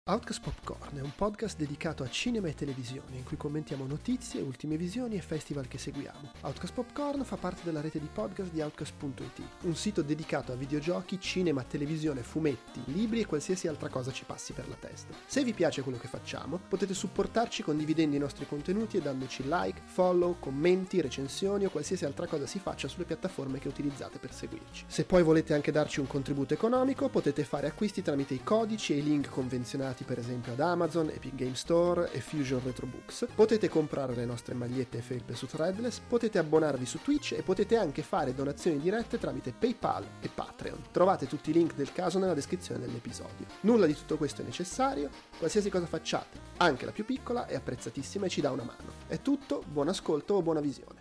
Outcast Popcorn è un podcast dedicato a cinema e televisione in cui commentiamo notizie, ultime visioni e festival che seguiamo. Outcast Popcorn fa parte della rete di podcast di Outcast.it, un sito dedicato a videogiochi, cinema, televisione, fumetti, libri e qualsiasi altra cosa ci passi per la testa. Se vi piace quello che facciamo, potete supportarci condividendo i nostri contenuti e dandoci like, follow, commenti, recensioni o qualsiasi altra cosa si faccia sulle piattaforme che utilizzate per seguirci. Se poi volete anche darci un contributo economico, potete fare acquisti tramite i codici e i link convenzionati per esempio ad Amazon, Epic Game Store e Fusion Retro Books. Potete comprare le nostre magliette e felpe su Threadless, potete abbonarvi su Twitch e potete anche fare donazioni dirette tramite PayPal e Patreon. Trovate tutti i link del caso nella descrizione dell'episodio. Nulla di tutto questo è necessario, qualsiasi cosa facciate, anche la più piccola, è apprezzatissima e ci dà una mano. È tutto, buon ascolto o buona visione.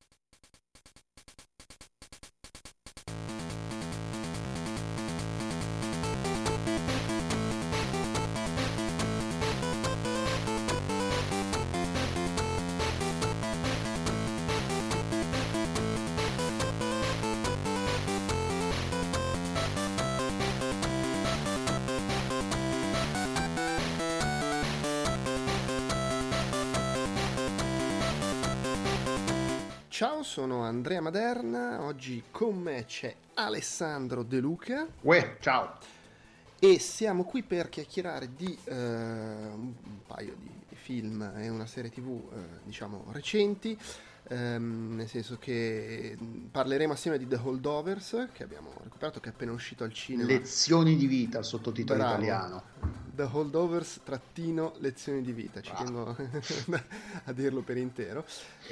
Ciao, sono Andrea Maderna, oggi con me c'è Alessandro De Luca. Uè, ciao! E siamo qui per chiacchierare di un paio di film e una serie TV, diciamo, recenti, nel senso che parleremo assieme di The Holdovers, che abbiamo recuperato, che è appena uscito al cinema. Lezioni di vita, il sottotitolo Bravo. italiano. The Holdovers - lezioni di vita, ci tengo a dirlo per intero.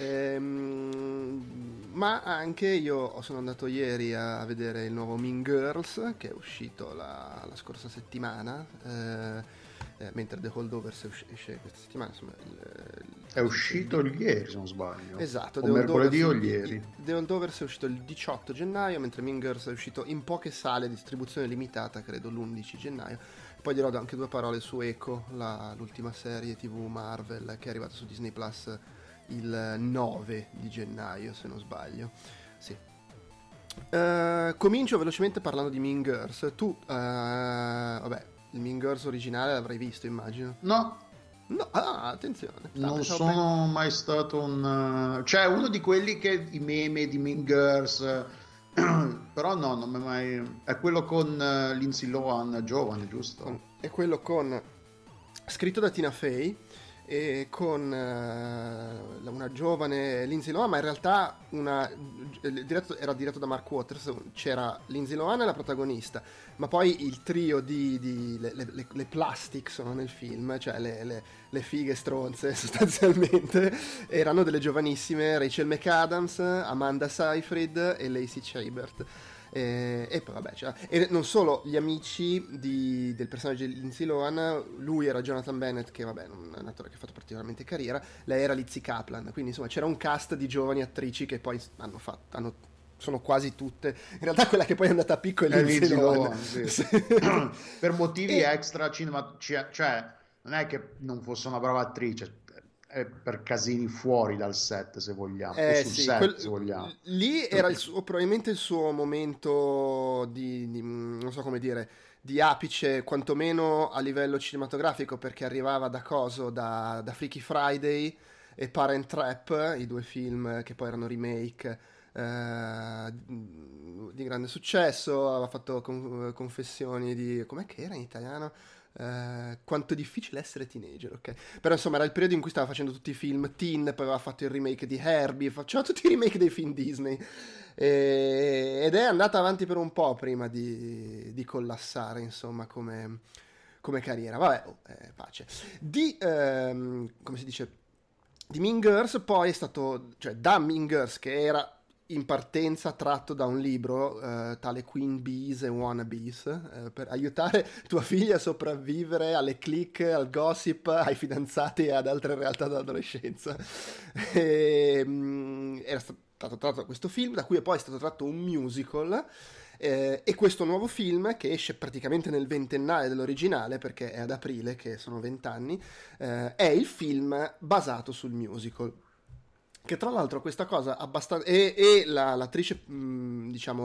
Ma anche io sono andato ieri a vedere il nuovo Mean Girls, che è uscito la scorsa settimana, mentre The Holdovers esce questa settimana. Insomma, è uscito ieri, se non sbaglio. Esatto, o mercoledì o ieri. The Holdovers è uscito il 18 gennaio, mentre Mean Girls è uscito in poche sale, distribuzione limitata, credo l'11 gennaio. Poi dirò anche due parole su Echo, l'ultima serie TV Marvel che è arrivata su Disney Plus il 9 di gennaio, se non sbaglio. Sì. Comincio velocemente parlando di Mean Girls. Tu, vabbè, il Mean Girls originale l'avrai visto, immagino. No. No, attenzione. Non sono mai stato cioè uno di quelli che i meme di Mean Girls... però no, non mi mai... È quello con Lindsay Lohan giovane, giusto? È quello con... scritto da Tina Fey e con una giovane Lindsay Lohan, ma in realtà era diretto da Mark Waters. C'era Lindsay Lohan la protagonista, ma poi il trio le plastic sono nel film, cioè le fighe stronze sostanzialmente, erano delle giovanissime Rachel McAdams, Amanda Seyfried e Lacey Chabert. E poi vabbè, e non solo gli amici del personaggio di Lindsay Lohan. Lui era Jonathan Bennett, che vabbè non è un attore che ha fatto particolarmente carriera, lei era Lizzie Kaplan, quindi insomma c'era un cast di giovani attrici che poi sono quasi tutte, in realtà quella che poi è andata a picco è Lindsay Lohan, sì. Per motivi extra cinema, cioè non è che non fosse una brava attrice, è per casini fuori dal set, se vogliamo, o sul set, se vogliamo. Lì era probabilmente il suo momento di non so come dire, di apice, quantomeno a livello cinematografico, perché arrivava da Freaky Friday e Parent Trap, i due film che poi erano remake di grande successo. Aveva fatto confessioni di... com'è che era in italiano? Quanto è difficile essere teenager, ok? Però insomma era il periodo in cui stava facendo tutti i film teen, poi aveva fatto il remake di Herbie, faceva tutti i remake dei film Disney, ed è andata avanti per un po' prima di collassare, insomma, come carriera. Vabbè, pace. Come si dice, di Mean Girls poi è stato, cioè da Mean Girls, che era in partenza tratto da un libro tale Queen Bees e Wannabes, per aiutare tua figlia a sopravvivere alle clique, al gossip, ai fidanzati e ad altre realtà dell'adolescenza. Era stato tratto questo film, da cui poi è stato tratto un musical, e questo nuovo film, che esce praticamente nel ventennale dell'originale, perché è ad aprile, che sono 20 anni, è il film basato sul musical. Che tra l'altro questa cosa abbastanza... E l'attrice, diciamo,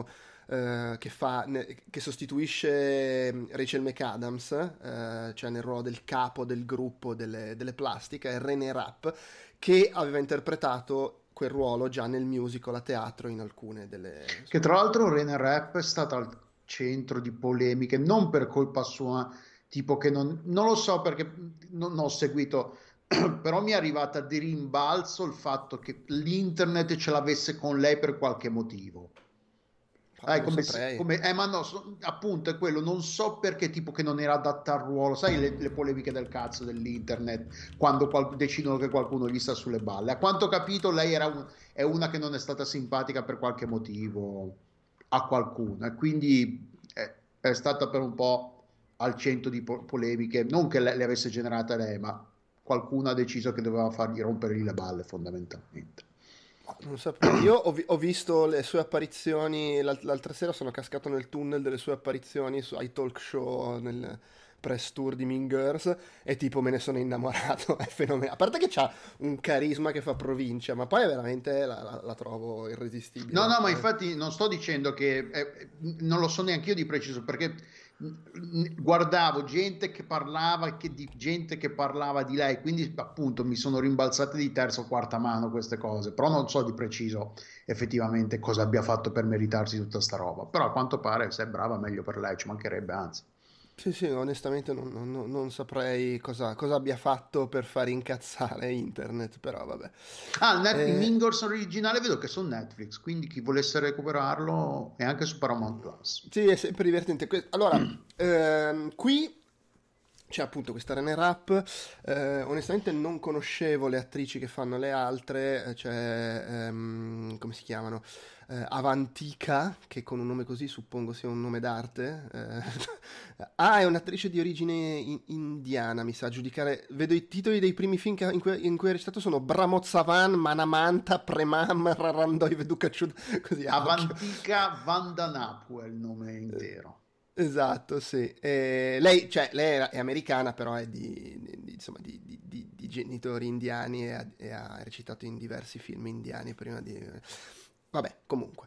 che sostituisce Rachel McAdams, cioè nel ruolo del capo del gruppo delle plastiche, è René Rapp, che aveva interpretato quel ruolo già nel musical a teatro in alcune delle... Che tra l'altro René Rapp è stata al centro di polemiche, non per colpa sua, tipo che non lo so perché non ho seguito, però mi è arrivata di rimbalzo il fatto che l'internet ce l'avesse con lei per qualche motivo. Non saprei. Ma no, appunto è quello, non so perché tipo che non era adatta al ruolo, sai le polemiche del cazzo dell'internet, quando decidono che qualcuno gli sta sulle balle. A quanto ho capito lei è una che non è stata simpatica per qualche motivo a qualcuno e quindi è stata per un po' al centro di polemiche, non che le avesse generata lei, ma qualcuno ha deciso che doveva fargli rompere le balle fondamentalmente. Non saprei. Io ho visto le sue apparizioni l'altra sera, sono cascato nel tunnel delle sue apparizioni ai talk show nel press tour di Mean Girls e tipo me ne sono innamorato, è fenomenale. A parte che c'ha un carisma che fa provincia, ma poi veramente la trovo irresistibile. No, ma infatti non sto dicendo che non lo so neanche io di preciso perché guardavo gente che parlava di gente che parlava di lei, quindi appunto mi sono rimbalzate di terza o quarta mano queste cose, però non so di preciso effettivamente cosa abbia fatto per meritarsi tutta sta roba, però a quanto pare se è brava meglio per lei, ci mancherebbe anzi. Sì, onestamente non saprei cosa abbia fatto per far incazzare internet, però vabbè. Il Mean Girls originale vedo che è su Netflix, quindi chi volesse recuperarlo è anche su Paramount Plus. Sì, è sempre divertente. Allora, qui c'è appunto questa René Rapp, onestamente non conoscevo le attrici che fanno le altre, come si chiamano? Avantika, che con un nome così suppongo sia un nome d'arte. È un'attrice di origine indiana, mi sa, a giudicare. Vedo i titoli dei primi film in cui ha recitato sono Brahmotsavan, Manamanta, Premam, Rarandoi Vedukachud, così. Avantika Vandanapu è il nome intero. Esatto, sì. Lei è americana, però è insomma, di genitori indiani e ha recitato in diversi film indiani prima di... Vabbè, comunque.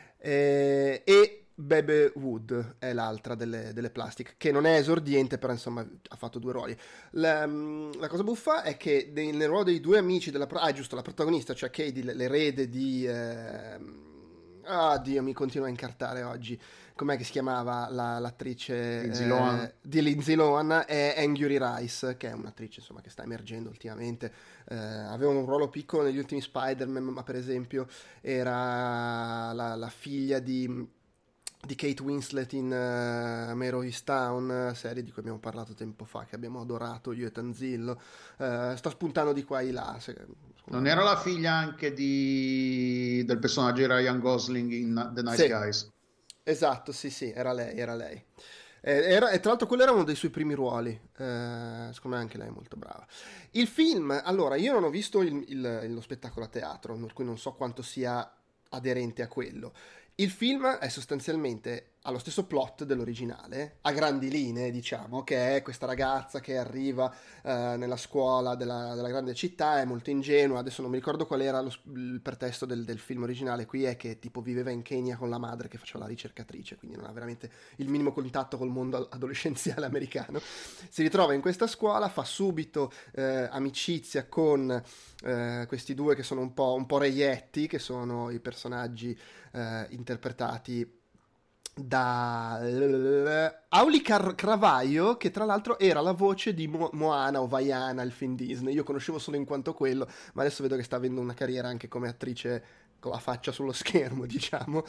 E Bebe Wood è l'altra delle Plastic, che non è esordiente, però insomma ha fatto due ruoli. La cosa buffa è che nel ruolo dei due amici giusto, la protagonista, cioè Katie, l'erede di... Dio, mi continua a incartare oggi. Com'è che si chiamava l'attrice di Lindsay Lohan? È Angourie Rice, che è un'attrice insomma che sta emergendo ultimamente. Aveva un ruolo piccolo negli ultimi Spider-Man, ma per esempio era la figlia di Kate Winslet in Mare of Easttown, serie di cui abbiamo parlato tempo fa, che abbiamo adorato io e Tanzillo. Sta spuntando di qua e là. Non era la figlia anche del personaggio di Ryan Gosling in The Nice Guys? Esatto, sì, era lei. E tra l'altro quello era uno dei suoi primi ruoli, secondo me anche lei è molto brava. Il film, allora, io non ho visto lo spettacolo a teatro, per cui non so quanto sia aderente a quello. Il film è sostanzialmente ha lo stesso plot dell'originale, a grandi linee, diciamo, che è questa ragazza che arriva nella scuola della grande città, è molto ingenua, adesso non mi ricordo qual era il pretesto del film originale, qui è che tipo viveva in Kenya con la madre che faceva la ricercatrice, quindi non ha veramente il minimo contatto col mondo adolescenziale americano. Si ritrova in questa scuola, fa subito amicizia con questi due che sono un po' reietti, che sono i personaggi interpretati da Auli Cravaio, che tra l'altro era la voce di Moana o Vaiana, il film Disney. Io conoscevo solo in quanto quello, ma adesso vedo che sta avendo una carriera anche come attrice con la faccia sullo schermo, diciamo.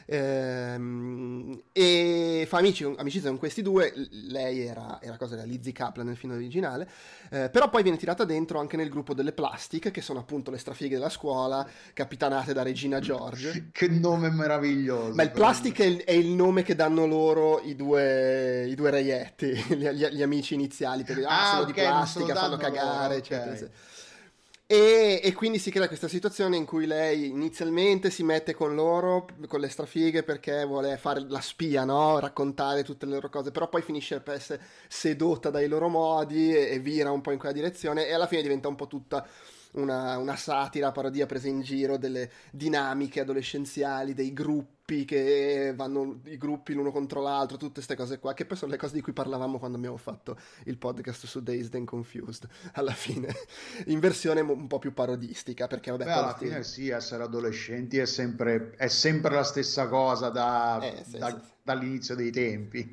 E fa amicizia con questi due. Lei era Lizzie Kaplan nel film originale, però poi viene tirata dentro anche nel gruppo delle Plastic, che sono appunto le strafighe della scuola, capitanate da Regina George. Che nome meraviglioso! Ma il Plastic è il nome che danno loro i due reietti, gli amici iniziali, perché sono di plastica, fanno cagare, eccetera. Okay. E quindi si crea questa situazione in cui lei inizialmente si mette con loro, con le strafighe, perché vuole fare la spia, no? Raccontare tutte le loro cose, però poi finisce per essere sedotta dai loro modi e vira un po' in quella direzione e alla fine diventa un po' tutta una satira, parodia presa in giro delle dinamiche adolescenziali, dei gruppi gruppi che vanno i gruppi l'uno contro l'altro, tutte queste cose qua, che poi sono le cose di cui parlavamo quando abbiamo fatto il podcast su Dazed and Confused, alla fine, in versione un po' più parodistica, perché vabbè... Beh, alla fine sì, essere adolescenti è sempre la stessa cosa sì, sì, sì. dall'inizio dei tempi.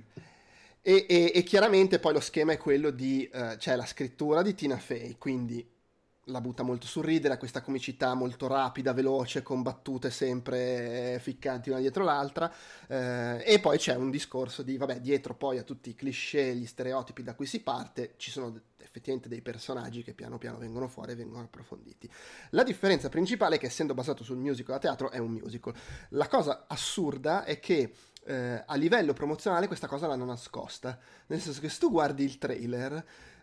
E chiaramente poi lo schema è quello di, c'è la scrittura di Tina Fey, quindi la butta molto sul ridere, ha questa comicità molto rapida, veloce, con battute sempre ficcanti una dietro l'altra, e poi c'è un discorso di, vabbè, dietro poi a tutti i cliché, gli stereotipi da cui si parte, ci sono effettivamente dei personaggi che piano piano vengono fuori e vengono approfonditi. La differenza principale è che essendo basato sul musical a teatro è un musical. La cosa assurda è che a livello promozionale questa cosa l'hanno nascosta, nel senso che se tu guardi il trailer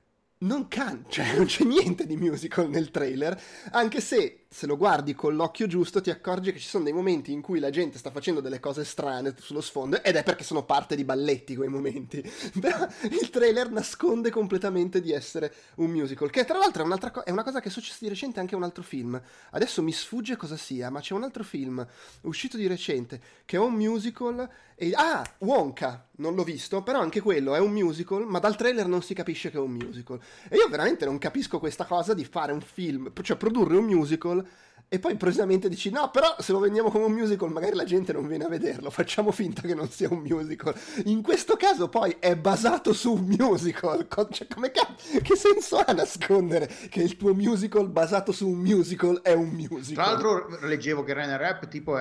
cioè non c'è niente di musical nel trailer, anche se lo guardi con l'occhio giusto ti accorgi che ci sono dei momenti in cui la gente sta facendo delle cose strane sullo sfondo, ed è perché sono parte di balletti quei momenti. Però il trailer nasconde completamente di essere un musical, che tra l'altro è una cosa che è successa di recente anche a un altro film. Adesso mi sfugge cosa sia, ma c'è un altro film uscito di recente che è un musical Wonka, non l'ho visto, però anche quello è un musical, ma dal trailer non si capisce che è un musical. E io veramente non capisco questa cosa di fare un film, cioè produrre un musical e poi improvvisamente dici no, però se lo vendiamo come un musical magari la gente non viene a vederlo, facciamo finta che non sia un musical. In questo caso poi è basato su un musical, cioè che senso ha nascondere che il tuo musical basato su un musical è un musical? Tra l'altro leggevo che Runner Rap tipo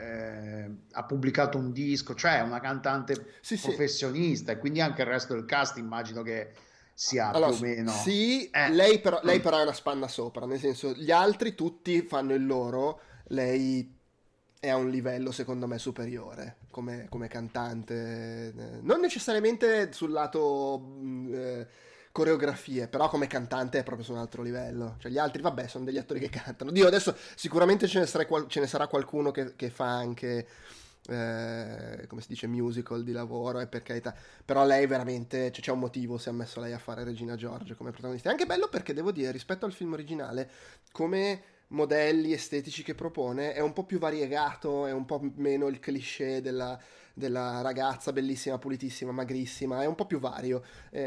ha pubblicato un disco, cioè una cantante professionista, e quindi anche il resto del cast immagino che sia allora, più o meno... Sì, lei però è una spanna sopra, nel senso gli altri tutti fanno il loro, lei è a un livello secondo me superiore come cantante, non necessariamente sul lato coreografie, però come cantante è proprio su un altro livello, cioè gli altri vabbè sono degli attori che cantano. Dio, adesso sicuramente ce ne sarà qualcuno che fa anche come si dice musical di lavoro, e per carità, però lei veramente, cioè, c'è un motivo se ha messo lei a fare Regina George come protagonista. È anche bello perché devo dire, rispetto al film originale, come modelli estetici che propone è un po' più variegato, è un po' meno il cliché della ragazza bellissima, pulitissima, magrissima, è un po' più vario,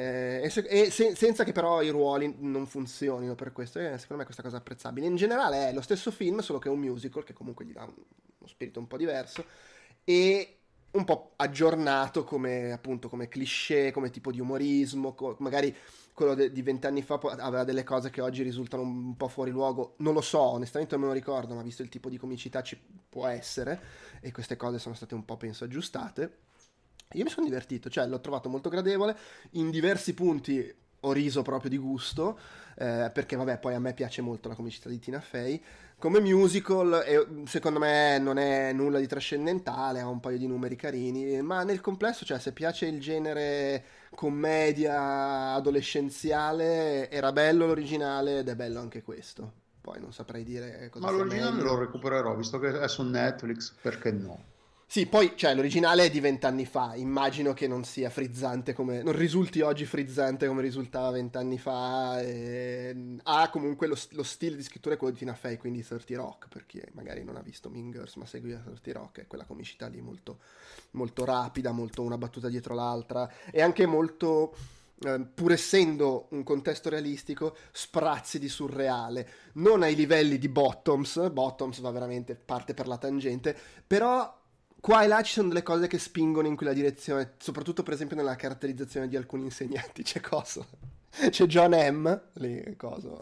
senza che però i ruoli non funzionino per questo. Secondo me questa cosa è apprezzabile. In generale è lo stesso film, solo che è un musical, che comunque gli dà uno spirito un po' diverso e un po' aggiornato come appunto come cliché, come tipo di umorismo, magari quello di 20 anni fa aveva delle cose che oggi risultano un po' fuori luogo, non lo so, onestamente non me lo ricordo, ma visto il tipo di comicità ci può essere, e queste cose sono state un po', penso, aggiustate. Io mi sono divertito, cioè l'ho trovato molto gradevole, in diversi punti ho riso proprio di gusto, perché vabbè, poi a me piace molto la comicità di Tina Fey. Come musical, secondo me non è nulla di trascendentale, ha un paio di numeri carini, ma nel complesso, cioè, se piace il genere commedia adolescenziale, era bello l'originale ed è bello anche questo. Poi non saprei dire cosa Ma sia l'originale meglio. lo recupererò, visto che è su Netflix, perché no? Sì, poi, cioè, l'originale è di 20 anni fa, immagino che non sia frizzante come... non risulti oggi frizzante come risultava 20 anni fa, ha comunque lo stile di scrittura è quello di Tina Fey, quindi 30 Rock, per chi magari non ha visto Mean Girls ma seguiva 30 Rock, è quella comicità lì molto, molto rapida, molto una battuta dietro l'altra, e anche molto... pur essendo un contesto realistico, sprazzi di surreale, non ai livelli di Bottoms va veramente parte per la tangente, però qua e là ci sono delle cose che spingono in quella direzione, soprattutto per esempio nella caratterizzazione di alcuni insegnanti. C'è John M. lì,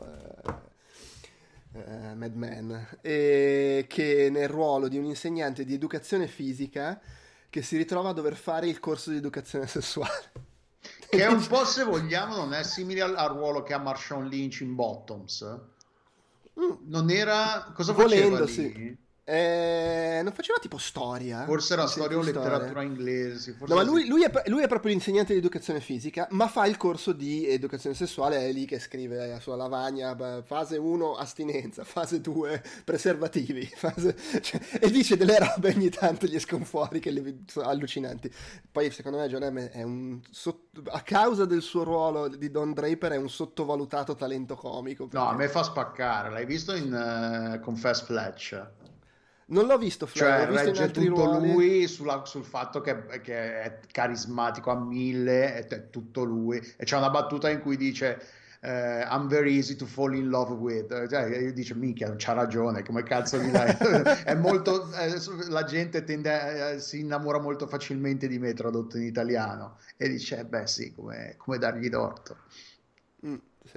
Mad Men, che nel ruolo di un insegnante di educazione fisica che si ritrova a dover fare il corso di educazione sessuale. Che è un po', se vogliamo, non è simile al ruolo che ha Marshawn Lynch in Bottoms? Non era... Cosa faceva Volendo, lì? sì. Non faceva tipo storia? Forse era storia o Storia. letteratura inglese. No, ma lui è proprio l'insegnante di educazione fisica, ma fa il corso di educazione sessuale, è lì che scrive la sua lavagna, fase 1 astinenza, fase 2 preservativi, e dice delle robe ogni tanto gli escono fuori che sono allucinanti. Poi secondo me John M. è a causa del suo ruolo di Don Draper è un sottovalutato talento comico. No, a me fa spaccare. L'hai visto in Confess Fletch? Non l'ho visto, Cioè l'ho visto in regge altri tutto ruoli. lui sul fatto che è carismatico a mille, è tutto lui. E c'è una battuta in cui dice I'm very easy to fall in love with. Cioè, io dice, minchia, c'ha ragione, come cazzo di lei. È molto, la gente si innamora molto facilmente di me, tradotto in italiano. E dice, beh sì, come dargli torto. Sì.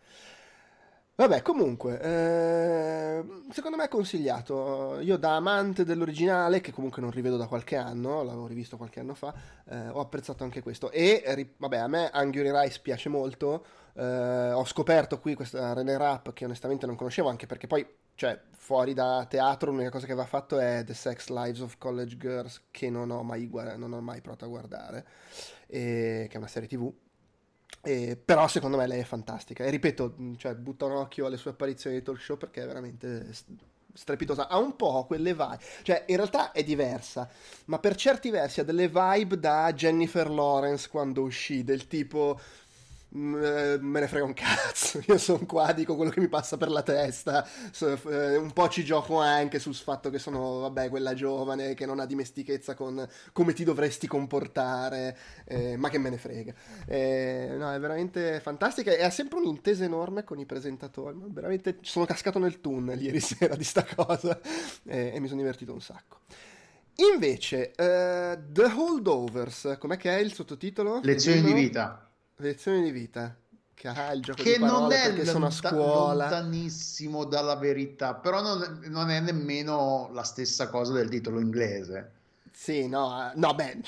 Vabbè, comunque, secondo me è consigliato. Io da amante dell'originale, che comunque non rivedo da qualche anno, l'avevo rivisto qualche anno fa, ho apprezzato anche questo. E, vabbè, a me Angry Rice piace molto. Ho scoperto qui questa René Rapp che onestamente non conoscevo, anche perché poi, cioè, fuori da teatro, l'unica cosa che aveva fatto è The Sex Lives of College Girls, che non ho mai provato a guardare, che è una serie TV. Però secondo me lei è fantastica e ripeto, cioè, butta un occhio alle sue apparizioni di talk show perché è veramente strepitosa. Ha un po' quelle vibe, cioè in realtà è diversa, ma per certi versi ha delle vibe da Jennifer Lawrence quando uscì, del tipo me ne frega un cazzo, io sono qua, dico quello che mi passa per la testa, un po' ci gioco anche sul fatto che sono, vabbè, quella giovane che non ha dimestichezza con come ti dovresti comportare, ma che me ne frega. No, è veramente fantastica e ha sempre un'intesa enorme con i presentatori, ma veramente sono cascato nel tunnel ieri sera di sta cosa e mi sono divertito un sacco. Invece, The Holdovers, com'è che è il sottotitolo del Lezioni di libro? vita. Lezioni di vita, che ha il gioco di Che non parole è perché sono a scuola. lontanissimo dalla verità, però non è nemmeno la stessa cosa del titolo inglese. Sì, no, no, beh,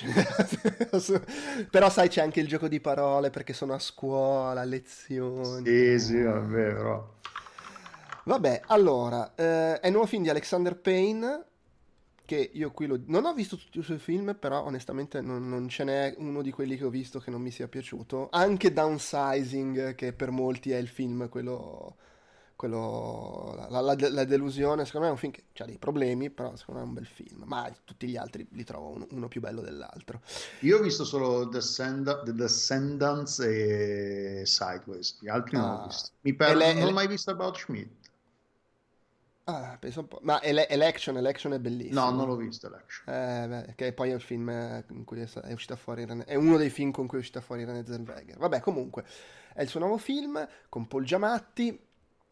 però sai c'è anche il gioco di parole perché sono a scuola, lezioni. Sì, sì, è vero. Vabbè, allora, è il nuovo film di Alexander Payne, che io qui non ho visto tutti i suoi film, però onestamente non ce n'è uno di quelli che ho visto che non mi sia piaciuto. Anche Downsizing, che per molti è il film, la delusione, secondo me è un film che ha dei problemi, però secondo me è un bel film. Ma tutti gli altri li trovo uno più bello dell'altro. Io ho visto solo The Descendants e Sideways, gli altri non ho Ah, visto. Mi perdo, non ho mai visto About Schmidt. penso un po'. Ma Election è No, non bellissimo. l'ho visto l'action. Beh, che poi è il film in cui è uscita fuori è uno dei film con cui è uscita fuori Renée Zellweger. Vabbè, comunque, è il suo nuovo film con Paul Giamatti,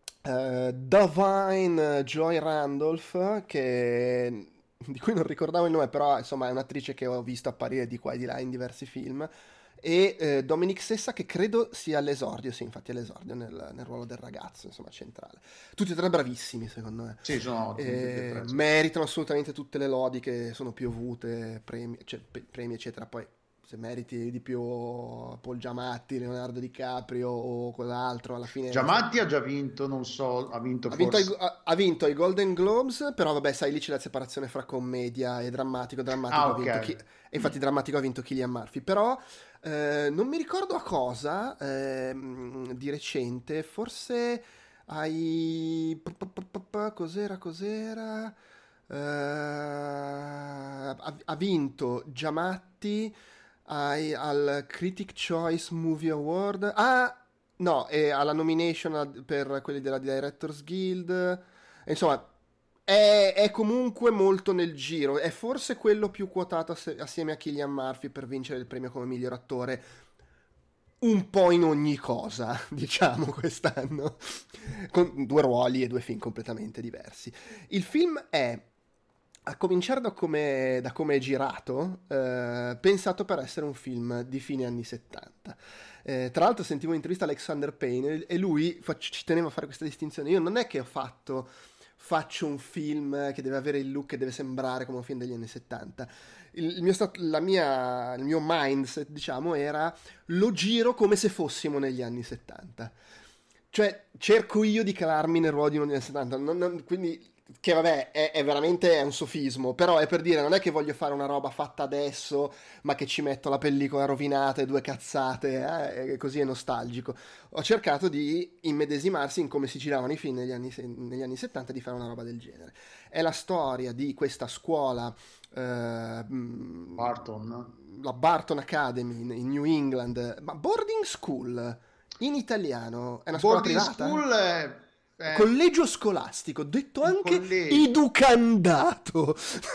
Divine Joy Randolph, di cui non ricordavo il nome, però insomma è un'attrice che ho visto apparire di qua e di là in diversi film. E Dominic Sessa, che credo sia all'esordio, sì, infatti è all'esordio nel ruolo del ragazzo, insomma, centrale. Tutti e tre bravissimi, secondo me. Sì, sono ottimi tutti e tre. Sì. Meritano assolutamente tutte le lodi che sono piovute, premi, eccetera. Poi, se meriti di più Paul Giamatti, Leonardo DiCaprio o quell'altro, alla fine. Giamatti ha già vinto, non so, ha vinto forse. Ha vinto i Golden Globes, però vabbè, sai, lì c'è la separazione fra commedia e drammatico. Ah, Drammatico ha ok. vinto e infatti drammatico ha vinto Cillian Murphy. Però non mi ricordo a cosa di recente, forse cos'era? Ha vinto Giamatti al Critic Choice Movie Award. Ah, no, e alla nomination per quelli della Directors Guild. Insomma, è comunque molto nel giro. È forse quello più quotato assieme a Cillian Murphy per vincere il premio come miglior attore. Un po' in ogni cosa, diciamo, quest'anno. Con due ruoli e due film completamente diversi. Il film è, a cominciare da come è girato, pensato per essere un film di fine anni 70. Tra l'altro sentivo un'intervista a Alexander Payne e lui ci teneva a fare questa distinzione. Io non è che faccio un film che deve avere il look che deve sembrare come un film degli anni 70. Il mio mindset, diciamo, era lo giro come se fossimo negli anni 70. Cioè, cerco io di calarmi nel ruolo di uno degli anni 70, quindi che vabbè è veramente un sofismo, però è per dire non è che voglio fare una roba fatta adesso ma che ci metto la pellicola rovinata e due cazzate, così è nostalgico. Ho cercato di immedesimarsi in come si giravano i film negli anni 70 e di fare una roba del genere. È la storia di questa scuola, Barton. la Barton Academy in New England, ma boarding school in italiano è una scuola Boarding privata? School Collegio scolastico, detto anche collegio. educandato.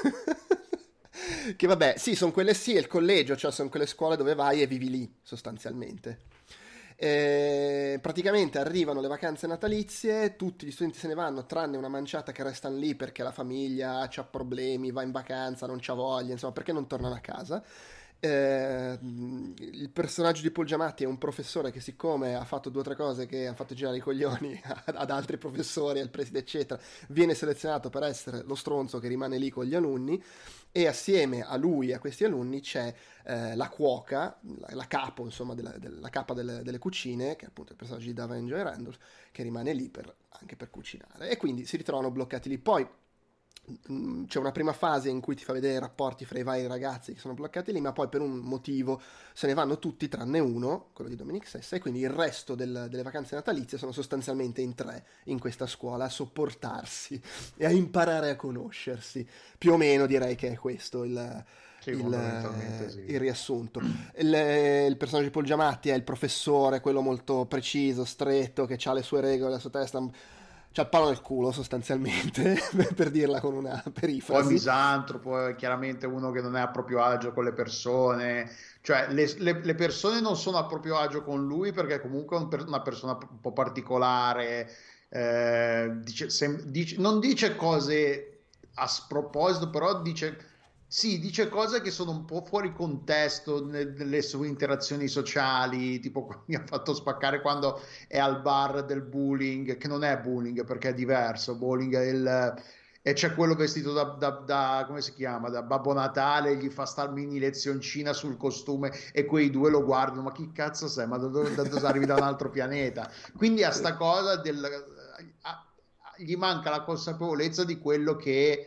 Che vabbè, sì, sono quelle, sì, è il collegio, cioè sono quelle scuole dove vai e vivi lì, sostanzialmente. Praticamente arrivano le vacanze natalizie, tutti gli studenti se ne vanno, tranne una manciata che restano lì perché la famiglia ha problemi, va in vacanza, non c'ha voglia, insomma, perché non tornano a casa. Il personaggio di Paul Giamatti è un professore che, siccome ha fatto 2 o 3 cose che hanno fatto girare i coglioni ad altri professori, al preside eccetera, viene selezionato per essere lo stronzo che rimane lì con gli alunni, e assieme a lui e a questi alunni c'è la cuoca, la capo, insomma, la capa delle cucine, che è appunto il personaggio di Davina Joy Randolph, che rimane lì anche per cucinare, e quindi si ritrovano bloccati lì. Poi c'è una prima fase in cui ti fa vedere i rapporti fra i vari ragazzi che sono bloccati lì, ma poi per un motivo se ne vanno tutti tranne uno, quello di Dominic Sessa, e quindi il resto delle vacanze natalizie sono sostanzialmente in 3 in questa scuola a sopportarsi e a imparare a conoscersi. Più o meno direi che è questo Sì, fondamentalmente sì. il riassunto. Il personaggio di Paul Giamatti è il professore, quello molto preciso, stretto, che ha le sue regole, la sua testa, c'ha il palo nel culo sostanzialmente, per dirla con una Poi perifrasi. misantropo, è chiaramente uno che non è a proprio agio con le persone, cioè le persone non sono a proprio agio con lui perché comunque è una persona un po' particolare, non dice cose a sproposito, però dice cose che sono un po' fuori contesto nelle sue interazioni sociali, tipo mi ha fatto spaccare quando è al bar del bowling, che non è bowling perché è diverso, bowling è e c'è quello vestito come si chiama? Da Babbo Natale, gli fa sta mini lezioncina sul costume e quei due lo guardano, ma chi cazzo sei? Ma da dove arrivi da un altro pianeta? Quindi a sta cosa gli manca la consapevolezza di quello che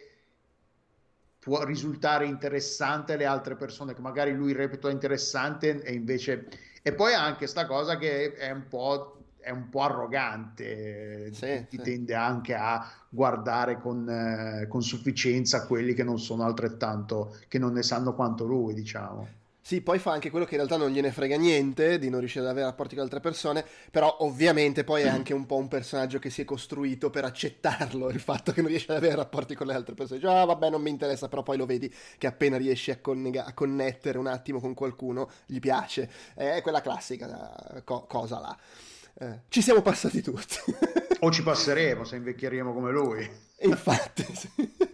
può risultare interessante alle altre persone, che magari lui reputa interessante e invece... E poi anche sta cosa che è un po' arrogante, Sì, ti sì. tende anche a guardare con sufficienza quelli che non sono altrettanto, che non ne sanno quanto lui, diciamo. Sì, poi fa anche quello che in realtà non gliene frega niente di non riuscire ad avere rapporti con altre persone, però ovviamente poi è anche un po' un personaggio che si è costruito per accettarlo, il fatto che non riesce ad avere rapporti con le altre persone. Dice, ah vabbè, non mi interessa, però poi lo vedi che appena riesci a connettere un attimo con qualcuno, gli piace. È quella classica cosa là. Ci siamo passati tutti. O ci passeremo se invecchieremo come lui. Infatti, sì.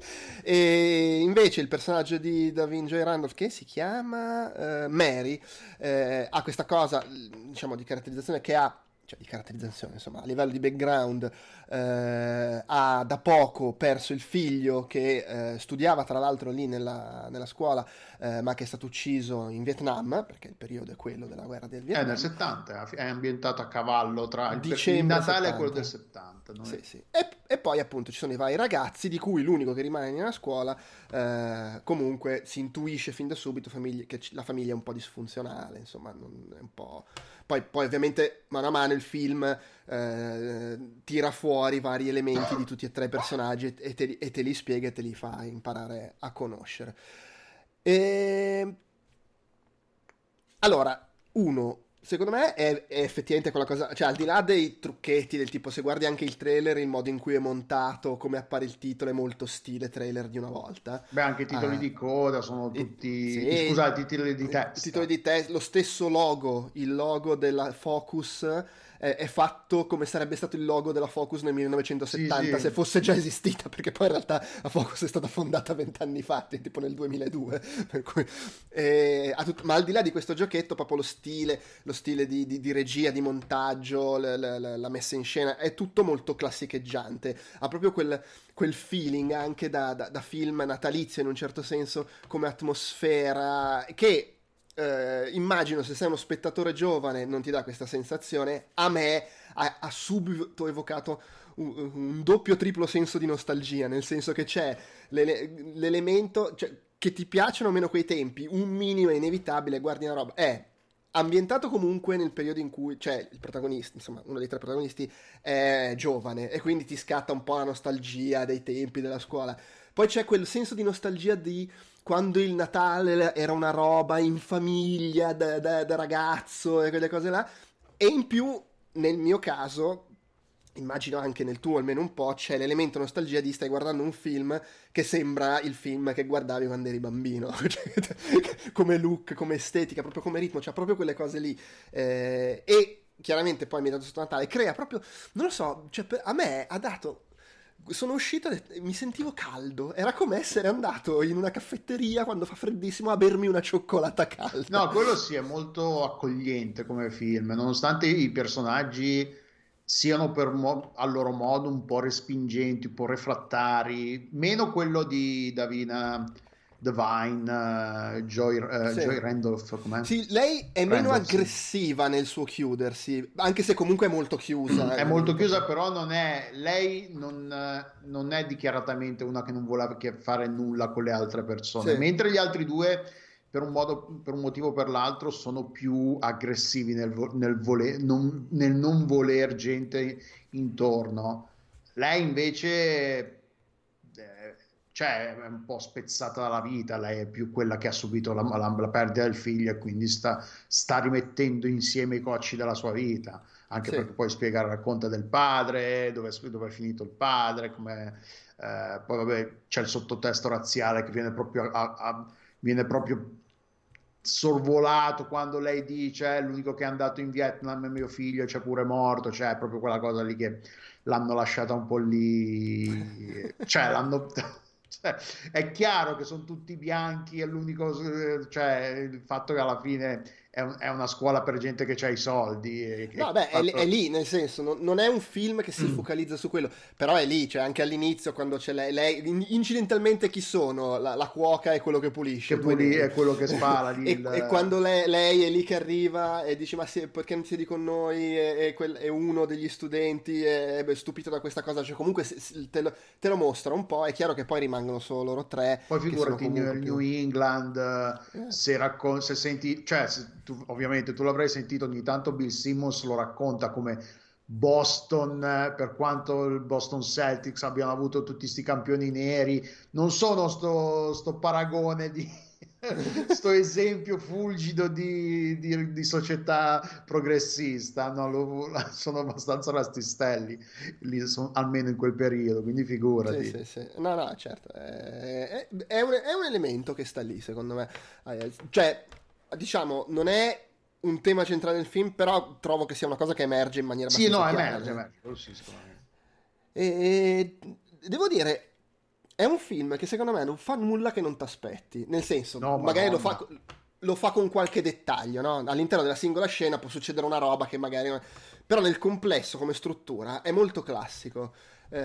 E invece il personaggio di Davina Joy Randolph, che si chiama Mary, ha questa cosa, diciamo, di caratterizzazione che ha, cioè di caratterizzazione, insomma, a livello di background, ha da poco perso il figlio che studiava tra l'altro lì nella scuola, ma che è stato ucciso in Vietnam, perché il periodo è quello della guerra del È nel Vietnam. 70, è ambientato a cavallo tra il Dicembre Natale e quello del 70. 70. Sì, sì. E poi appunto ci sono i vari ragazzi, di cui l'unico che rimane nella scuola, comunque si intuisce fin da subito che la famiglia è un po' disfunzionale, insomma, è un po'... Poi ovviamente mano a mano il film tira fuori vari elementi di tutti e 3 i personaggi e te li spiega e te li fa imparare a conoscere. E... Allora, secondo me è effettivamente quella cosa, cioè al di là dei trucchetti del tipo, se guardi anche il trailer, il modo in cui è montato, come appare il titolo, è molto stile trailer di una volta. Beh, anche i titoli di coda sono tutti, Sì, scusate, i titoli di i titoli testa. di test, lo stesso logo, il logo della Focus è fatto come sarebbe stato il logo della Focus nel Sì, 1970 se sì. fosse già esistita, perché poi in realtà la Focus è stata fondata 20 anni fa, tipo nel 2002, per cui, ma al di là di questo giochetto, proprio lo stile di regia, di montaggio, la messa in scena, è tutto molto classicheggiante, ha proprio quel feeling anche da film natalizio in un certo senso, come atmosfera, che immagino se sei uno spettatore giovane non ti dà questa sensazione. A me ha subito evocato un doppio triplo senso di nostalgia, nel senso che c'è l'elemento, cioè, che ti piacciono o meno quei tempi, un minimo è inevitabile, guardi una roba, è ambientato comunque nel periodo in cui, cioè, il protagonista, insomma, uno dei 3 protagonisti è giovane e quindi ti scatta un po' la nostalgia dei tempi della scuola. Poi c'è quel senso di nostalgia di quando il Natale era una roba in famiglia, da ragazzo e quelle cose là. E in più, nel mio caso, immagino anche nel tuo almeno un po', c'è l'elemento nostalgia di stai guardando un film che sembra il film che guardavi quando eri bambino, cioè, come look, come estetica, proprio come ritmo, cioè proprio quelle cose lì. E chiaramente poi mi è dato sotto Natale, crea proprio, non lo so, cioè a me ha dato... Sono uscito e mi sentivo caldo, era come essere andato in una caffetteria quando fa freddissimo a bermi una cioccolata calda. No, quello sì, è molto accogliente come film, nonostante i personaggi siano a loro modo un po' respingenti, un po' refrattari, meno quello di Davina Divine, Sì. Joy Randolph, com'è? Sì, lei è meno Randolph, sì. aggressiva nel suo chiudersi, anche se comunque è molto chiusa. È molto chiusa, però lei non è dichiaratamente una che non vuole fare nulla con le altre persone, Sì, mentre gli altri due, per un motivo o per l'altro, sono più aggressivi nel non voler gente intorno. Lei invece, cioè, è un po' spezzata dalla vita, lei è più quella che ha subito la perdita del figlio e quindi sta rimettendo insieme i cocci della sua vita anche sì, perché poi spiega, racconta del padre, dove è finito il padre, poi vabbè, c'è il sottotesto razziale che viene proprio sorvolato quando lei dice l'unico che è andato in Vietnam è mio figlio, c'è pure morto, cioè è proprio quella cosa lì che l'hanno lasciata un po' lì, cioè l'hanno... Cioè, è chiaro che sono tutti bianchi, è l'unico, cioè il fatto che alla fine è una scuola per gente che ha i soldi. no, beh, è Fatto... lì, nel senso, non è un film che si focalizza su quello, però è lì, cioè anche all'inizio quando c'è incidentalmente chi sono? La cuoca è quello che pulisce, che due poi lì neri. è quello che spara lì E quando lei è lì che arriva e dice, ma perché non siedi con noi? E uno degli studenti è stupito da questa cosa, cioè comunque te lo mostra un po', è chiaro che poi rimangono solo loro tre, poi che sono figurati comunque nel New più... England, Eh, se senti, cioè ovviamente tu l'avrai sentito ogni tanto, Bill Simmons lo racconta come Boston, per quanto il Boston Celtics abbiano avuto tutti questi campioni neri, non sono sto paragone di sto esempio fulgido di società progressista, no? Sono abbastanza rastistelli, almeno in quel periodo, quindi Sì, figurati. sì, sì. No, no, certo. È un elemento che sta lì, secondo me. Cioè, diciamo, non è un tema centrale del film, però trovo che sia una cosa che emerge in maniera Sì, abbastanza no, chiara. emerge, quello sì, sicuramente. E devo dire, è un film che secondo me non fa nulla che non ti aspetti. Nel senso, No, magari Madonna. lo fa con qualche dettaglio, no? All'interno della singola scena può succedere una roba che magari... Però nel complesso, come struttura, è molto classico.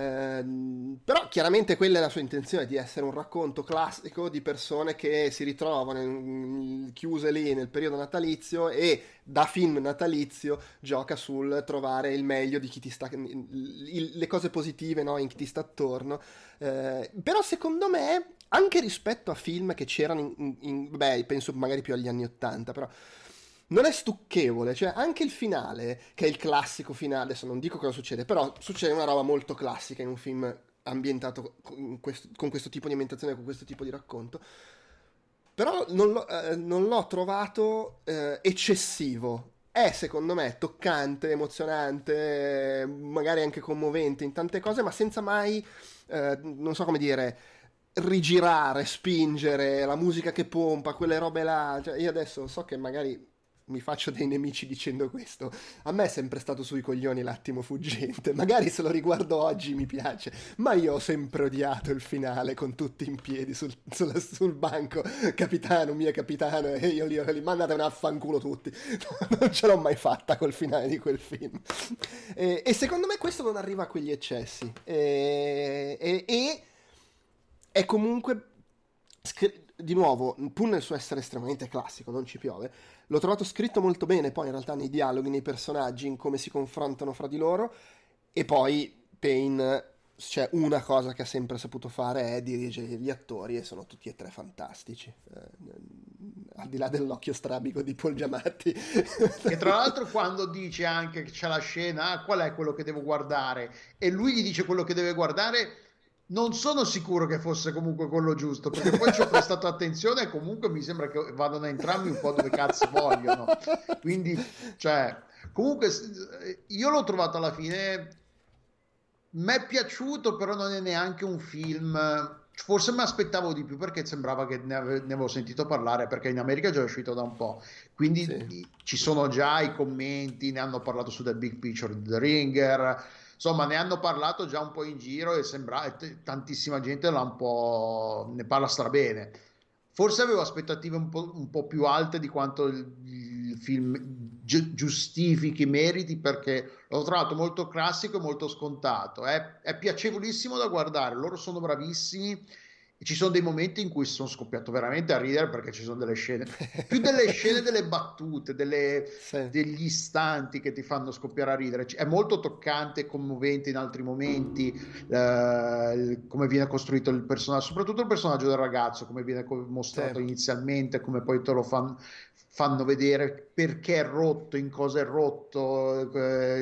Però chiaramente quella è la sua intenzione, di essere un racconto classico di persone che si ritrovano chiuse lì nel periodo natalizio e da film natalizio gioca sul trovare il meglio di chi ti sta, le cose positive, no, in chi ti sta attorno. Però secondo me, anche rispetto a film che c'erano beh, penso magari più agli anni Ottanta, però non è stucchevole, cioè anche il finale, che è il classico finale, adesso non dico cosa succede, però succede una roba molto classica in un film ambientato con questo tipo di ambientazione, con questo tipo di racconto, però non l'ho trovato eccessivo. È secondo me toccante, emozionante, magari anche commovente in tante cose, ma senza mai, non so come dire, rigirare, spingere, la musica che pompa, quelle robe là. Cioè, io adesso so che magari mi faccio dei nemici dicendo questo. A me è sempre stato sui coglioni l'attimo fuggente. Magari se lo riguardo oggi mi piace, ma io ho sempre odiato il finale con tutti in piedi sul banco. Capitano, mio capitano, e io lì, mandatemi a fanculo tutti. Non ce l'ho mai fatta col finale di quel film. E secondo me questo non arriva a quegli eccessi. E è comunque di nuovo, pur nel suo essere estremamente classico, non ci piove, l'ho trovato scritto molto bene poi in realtà nei dialoghi, nei personaggi, in come si confrontano fra di loro. E poi Payne, cioè una cosa che ha sempre saputo fare è dirigere gli attori e sono tutti e tre fantastici. Al di là dell'occhio strabico di Paul Giamatti. Che tra l'altro quando dice anche che c'è la scena, qual è quello che devo guardare? E lui gli dice quello che deve guardare, non sono sicuro che fosse comunque quello giusto, perché poi ci ho prestato attenzione e comunque mi sembra che vadano entrambi un po' dove cazzo vogliono. Quindi, cioè, comunque io l'ho trovato alla fine mi è piaciuto, però non è neanche un film. Forse mi aspettavo di più perché sembrava che ne avevo sentito parlare, perché in America è già uscito da un po'. Quindi Sì. ci sono già i commenti, ne hanno parlato su The Big Picture di The Ringer. Insomma, ne hanno parlato già un po' in giro e sembra tantissima gente l'ha un po', ne parla strabene. Forse avevo aspettative un po' più alte di quanto il film giustifichi i meriti, perché l'ho trovato molto classico e molto scontato. È piacevolissimo da guardare, loro sono bravissimi e ci sono dei momenti in cui sono scoppiato veramente a ridere perché ci sono delle scene, più delle scene, delle battute, Sì. degli istanti che ti fanno scoppiare a ridere. È molto toccante e commovente in altri momenti, come viene costruito il personaggio, soprattutto il personaggio del ragazzo, come viene Sì. mostrato inizialmente, come poi te lo fanno vedere perché è rotto, in cosa è rotto.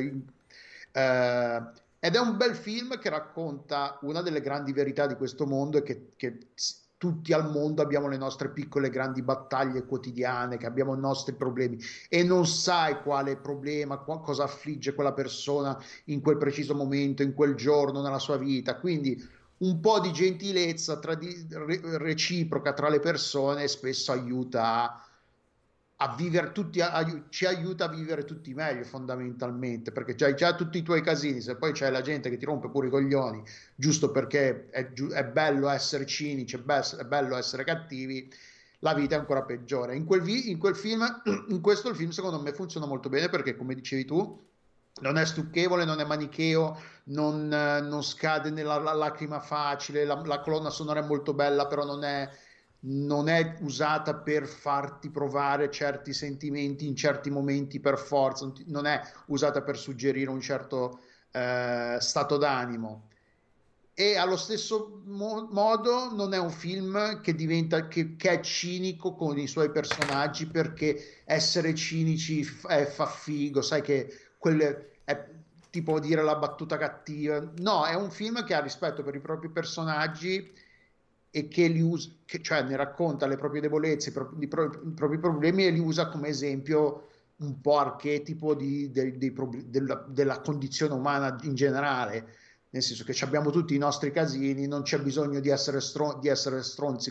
Ed è un bel film che racconta una delle grandi verità di questo mondo, è che tutti al mondo abbiamo le nostre piccole grandi battaglie quotidiane, che abbiamo i nostri problemi e non sai quale problema, cosa affligge quella persona in quel preciso momento, in quel giorno nella sua vita. Quindi un po' di gentilezza reciproca tra le persone spesso aiuta a vivere tutti, ci aiuta a vivere tutti meglio fondamentalmente, perché c'hai già tutti i tuoi casini, se poi c'è la gente che ti rompe pure i coglioni giusto perché è bello essere cinici, è bello essere cattivi, la vita è ancora peggiore. In quel film, in questo il film secondo me funziona molto bene perché, come dicevi tu, non è stucchevole, non è manicheo, non scade nella lacrima facile, la colonna sonora è molto bella, però non è usata per farti provare certi sentimenti in certi momenti per forza, non è usata per suggerire un certo stato d'animo. E allo stesso modo non è un film che diventa che è cinico con i suoi personaggi, perché essere cinici fa figo, sai che quelle è tipo dire la battuta cattiva. No, è un film che ha rispetto per i propri personaggi e che li usa, cioè ne racconta le proprie debolezze, i propri problemi e li usa come esempio un po' archetipo della condizione umana in generale, nel senso che abbiamo tutti i nostri casini, non c'è bisogno di essere stronzi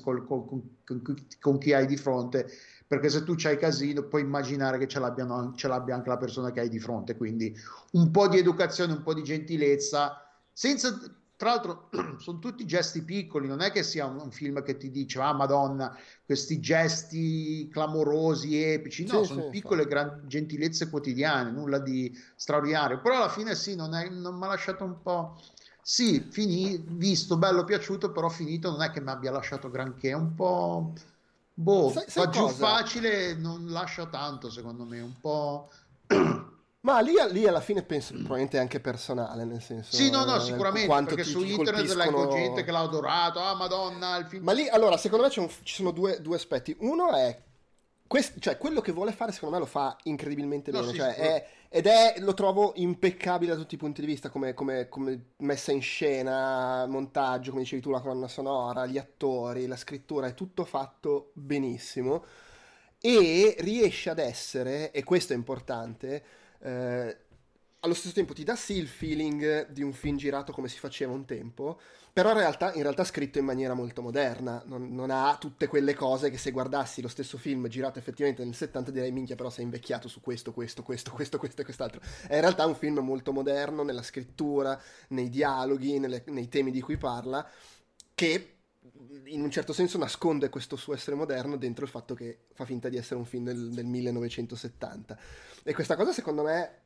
con chi hai di fronte, perché se tu c'hai casino puoi immaginare che ce l'abbia anche la persona che hai di fronte, quindi un po' di educazione, un po' di gentilezza, senza, tra l'altro sono tutti gesti piccoli, non è che sia un film che ti dice, ah Madonna, questi gesti clamorosi, epici, no, Sì, sì, sono piccole infatti. gentilezze quotidiane, nulla di straordinario, però alla fine sì, non mi ha lasciato un po'. Sì, visto, bello, piaciuto, però finito non è che mi abbia lasciato granché, è un po'. Boh, Sai va giù cosa? facile, non lascia tanto secondo me, un po'. Ma lì alla fine penso probabilmente è anche personale, nel Sì, no, no, senso sicuramente, quanto perché su ti internet leggo gente che colpiscono. l'ha adorato, ah Madonna, il film. Ma lì, allora, secondo me ci sono due aspetti. Uno è, cioè, quello che vuole fare, secondo me, lo fa incredibilmente No, bene. sì, Cioè, sicuro. lo trovo impeccabile da tutti i punti di vista, come messa in scena, montaggio, come dicevi tu, la colonna sonora, gli attori, la scrittura, è tutto fatto benissimo. E riesce ad essere, e questo è importante, eh, allo stesso tempo ti dà sì il feeling di un film girato come si faceva un tempo, però in realtà scritto in maniera molto moderna, non ha tutte quelle cose che se guardassi lo stesso film girato effettivamente nel 70 direi minchia però sei invecchiato su questo e quest'altro. È in realtà un film molto moderno nella scrittura, nei dialoghi, nei temi di cui parla, che in un certo senso nasconde questo suo essere moderno dentro il fatto che fa finta di essere un film del 1970. E questa cosa secondo me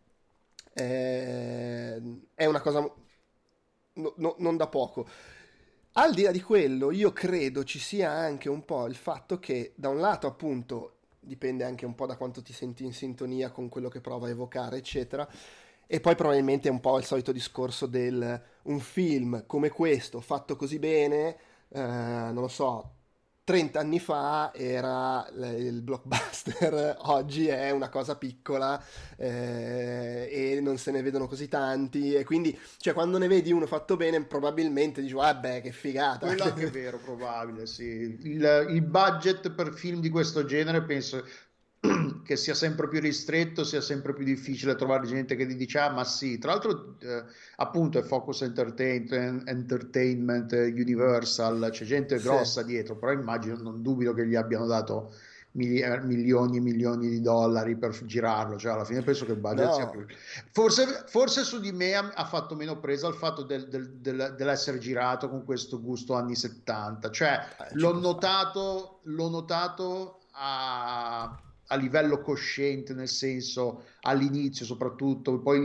è una cosa non da poco. Al di là di quello, io credo ci sia anche un po' il fatto che, da un lato, appunto, dipende anche un po' da quanto ti senti in sintonia con quello che prova a evocare, eccetera. E poi probabilmente è un po' il solito discorso del un film come questo, fatto così bene, non lo so, 30 anni fa era il blockbuster, oggi è una cosa piccola e non se ne vedono così tanti e quindi, cioè, quando ne vedi uno fatto bene probabilmente dici, vabbè, che figata. Quello anche è vero, probabile, sì. Il budget per film di questo genere penso che sia sempre più ristretto, sia sempre più difficile trovare gente che ti dice ah ma sì, tra l'altro appunto è Focus Entertainment, Universal, c'è gente Sì. grossa dietro, però immagino, non dubito che gli abbiano dato milioni e milioni di dollari per girarlo, cioè alla fine penso che il budget sia più... No, Forse su di me ha fatto meno presa il fatto dell'essere girato con questo gusto anni 70, cioè ci l'ho può stare. notato a livello cosciente, nel senso all'inizio soprattutto, poi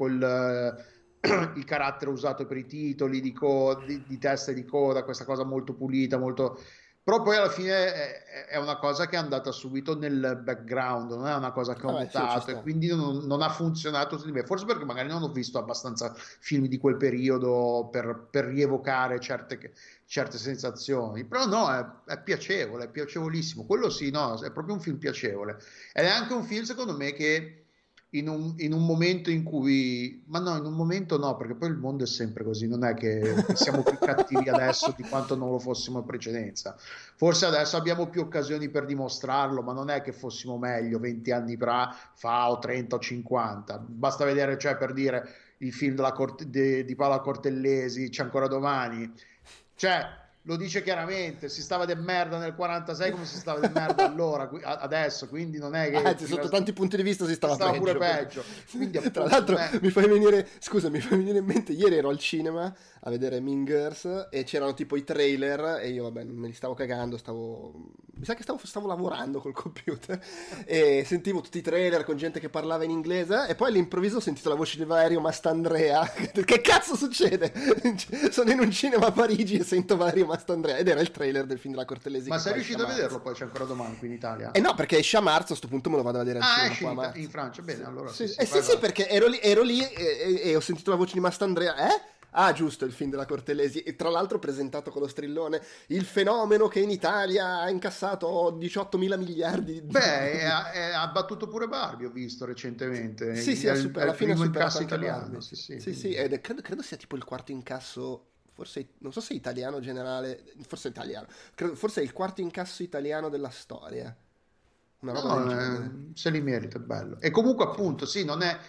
il carattere usato per i titoli di testa e di coda, questa cosa molto pulita, molto... Però poi alla fine è una cosa che è andata subito nel background, non è una cosa che ho Vabbè, sì, ci notato e sta. quindi non ha funzionato su di me. Forse perché magari non ho visto abbastanza film di quel periodo per rievocare certe sensazioni. Però no, è piacevole, è piacevolissimo. Quello sì, no, è proprio un film piacevole. Ed è anche un film, secondo me, che in un momento in cui, ma no, in un momento no, perché poi il mondo è sempre così, non è che siamo più cattivi adesso di quanto non lo fossimo in precedenza. Forse adesso abbiamo più occasioni per dimostrarlo, ma non è che fossimo meglio 20 anni fa o 30 o 50. Basta vedere, cioè, per dire il film di Paola Cortellesi, C'è ancora domani. Cioè, lo dice chiaramente, si stava de merda nel 46 come si stava de merda allora, adesso, quindi non è che Anzi, sotto tanti punti di vista si si stava stava pure peggio. peggio. Quindi Tra appunto non l'altro, è... mi fai venire in mente, ieri ero al cinema a vedere Mean Girls e c'erano tipo i trailer e io, vabbè, non me li stavo cagando, mi sa che stavo lavorando col computer e sentivo tutti i trailer con gente che parlava in inglese e poi all'improvviso ho sentito la voce di Valerio Mastandrea. Che cazzo succede? Sono in un cinema a Parigi e sento Valerio Mastandrea ed era il trailer del film della Cortellesi Ma che sei poi esce a riuscito a vederlo marzo. poi? C'è ancora domani qui in Italia? E no, perché esce a marzo, a sto punto me lo vado a vedere al Ah, cinema esci qua a marzo. in Francia, bene, allora sì, Sì, sì, sì, vai, sì, vai. perché ero lì e ho sentito la voce di Mastandrea. Ah, giusto, il film della Cortellesi. E tra l'altro presentato con lo strillone. Il fenomeno che in Italia ha incassato 18 mila miliardi. Beh, ha battuto pure Barbie, ho visto recentemente, Sì, sì, è alla il fine ha primo superato incasso anche italiano, Barbie. sì, sì, Sì, sì, quindi... ed credo sia tipo il quarto incasso. Forse, non so se è italiano generale, forse è italiano. Forse è il quarto incasso italiano della storia. Una roba del No, genere. se li merita, è bello. E comunque Sì. appunto, sì, non è...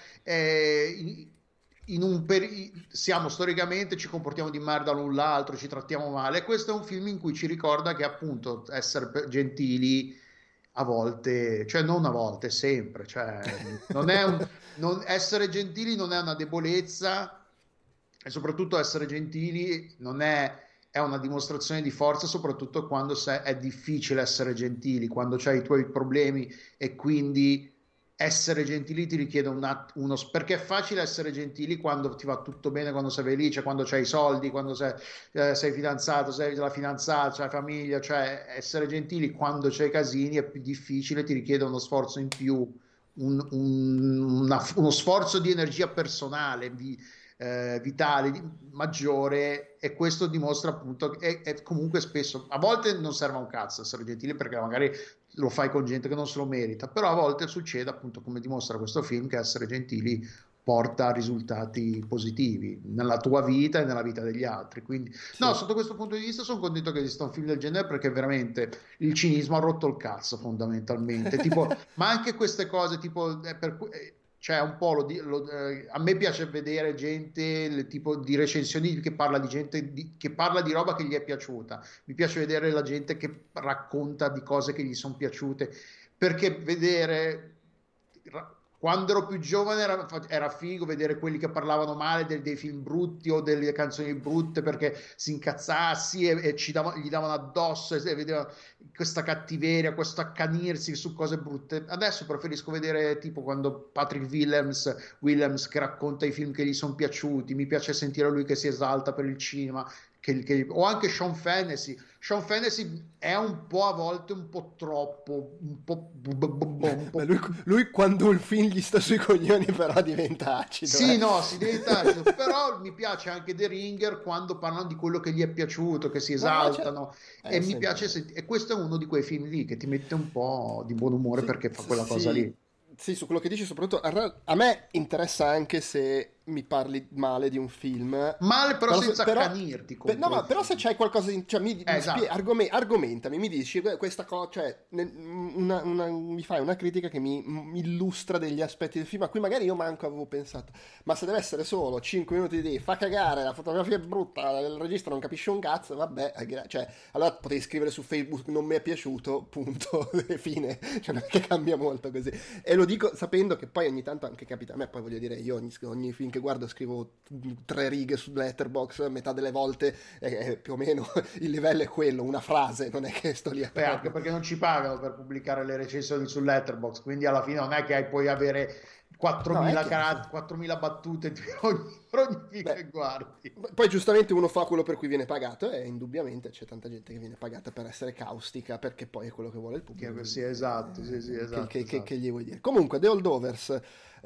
siamo storicamente, ci comportiamo di merda l'un l'altro, ci trattiamo male. E questo è un film in cui ci ricorda che appunto essere gentili a volte, cioè non a volte, sempre, cioè non è essere gentili non è una debolezza e soprattutto essere gentili non è una dimostrazione di forza, soprattutto quando è difficile essere gentili, quando c'hai i tuoi problemi e quindi essere gentili ti richiede perché è facile essere gentili quando ti va tutto bene, quando sei felice, quando c'hai i soldi, quando sei fidanzato, sei la fidanzata, c'hai famiglia, cioè essere gentili quando c'hai casini è più difficile, ti richiede uno sforzo in più, uno sforzo di energia personale, vitale, maggiore, e questo dimostra appunto che comunque spesso, a volte non serve a un cazzo essere gentili perché magari lo fai con gente che non se lo merita, però a volte succede appunto come dimostra questo film che essere gentili porta a risultati positivi nella tua vita e nella vita degli altri. Quindi, no, Sì. sotto questo punto di vista sono contento che esista un film del genere perché veramente il cinismo ha rotto il cazzo fondamentalmente. Tipo, ma anche queste cose, tipo, cioè un po' a me piace vedere gente, tipo di recensioni che parla di gente che parla di roba che gli è piaciuta. Mi piace vedere la gente che racconta di cose che gli sono piaciute perché quando ero più giovane era figo vedere quelli che parlavano male dei film brutti o delle canzoni brutte perché si incazzassi e gli davano addosso e vedeva questa cattiveria, questo accanirsi su cose brutte. Adesso preferisco vedere tipo quando Patrick Willems che racconta i film che gli sono piaciuti, mi piace sentire lui che si esalta per il cinema, o anche Sean Fennessy. Sean Fennessy è un po' a volte un po' troppo, un Beh, po'... lui quando un film gli sta sui coglioni però diventa acido, Sì, no, si diventa acido, però mi piace anche The Ringer quando parlano di quello che gli è piaciuto, che si No, c'è... esaltano e mi senti... piace e questo è uno di quei film lì che ti mette un po' di buon umore Sì, perché fa sì, quella cosa sì, lì. sì, su quello che dici soprattutto a me interessa anche se mi parli male di un film, male però senza accanirti no, ma però se c'hai qualcosa di, cioè, esatto. argomentami, mi dici questa cosa, cioè mi fai una critica che mi illustra degli aspetti del film a cui magari io manco avevo pensato, ma se deve essere solo 5 minuti di fa cagare, la fotografia è brutta, il regista non capisce un cazzo, vabbè, cioè, allora potevi scrivere su Facebook non mi è piaciuto, punto, fine, cioè non è che cambia molto così, e lo dico sapendo che poi ogni tanto anche capita a me, poi voglio dire, io ogni film che guardo scrivo 3 righe su Letterboxd, metà delle volte più o meno il livello è quello, una frase, non è che sto lì a Anche perché non ci pagano per pubblicare le recensioni su Letterboxd, quindi alla fine non è che puoi avere no, 4.000 battute per ogni film che guardi. Poi giustamente uno fa quello per cui viene pagato e indubbiamente c'è tanta gente che viene pagata per essere caustica perché poi è quello che vuole il pubblico. Sì, esatto, sì, esatto, che gli vuoi dire? Comunque, The Holdovers,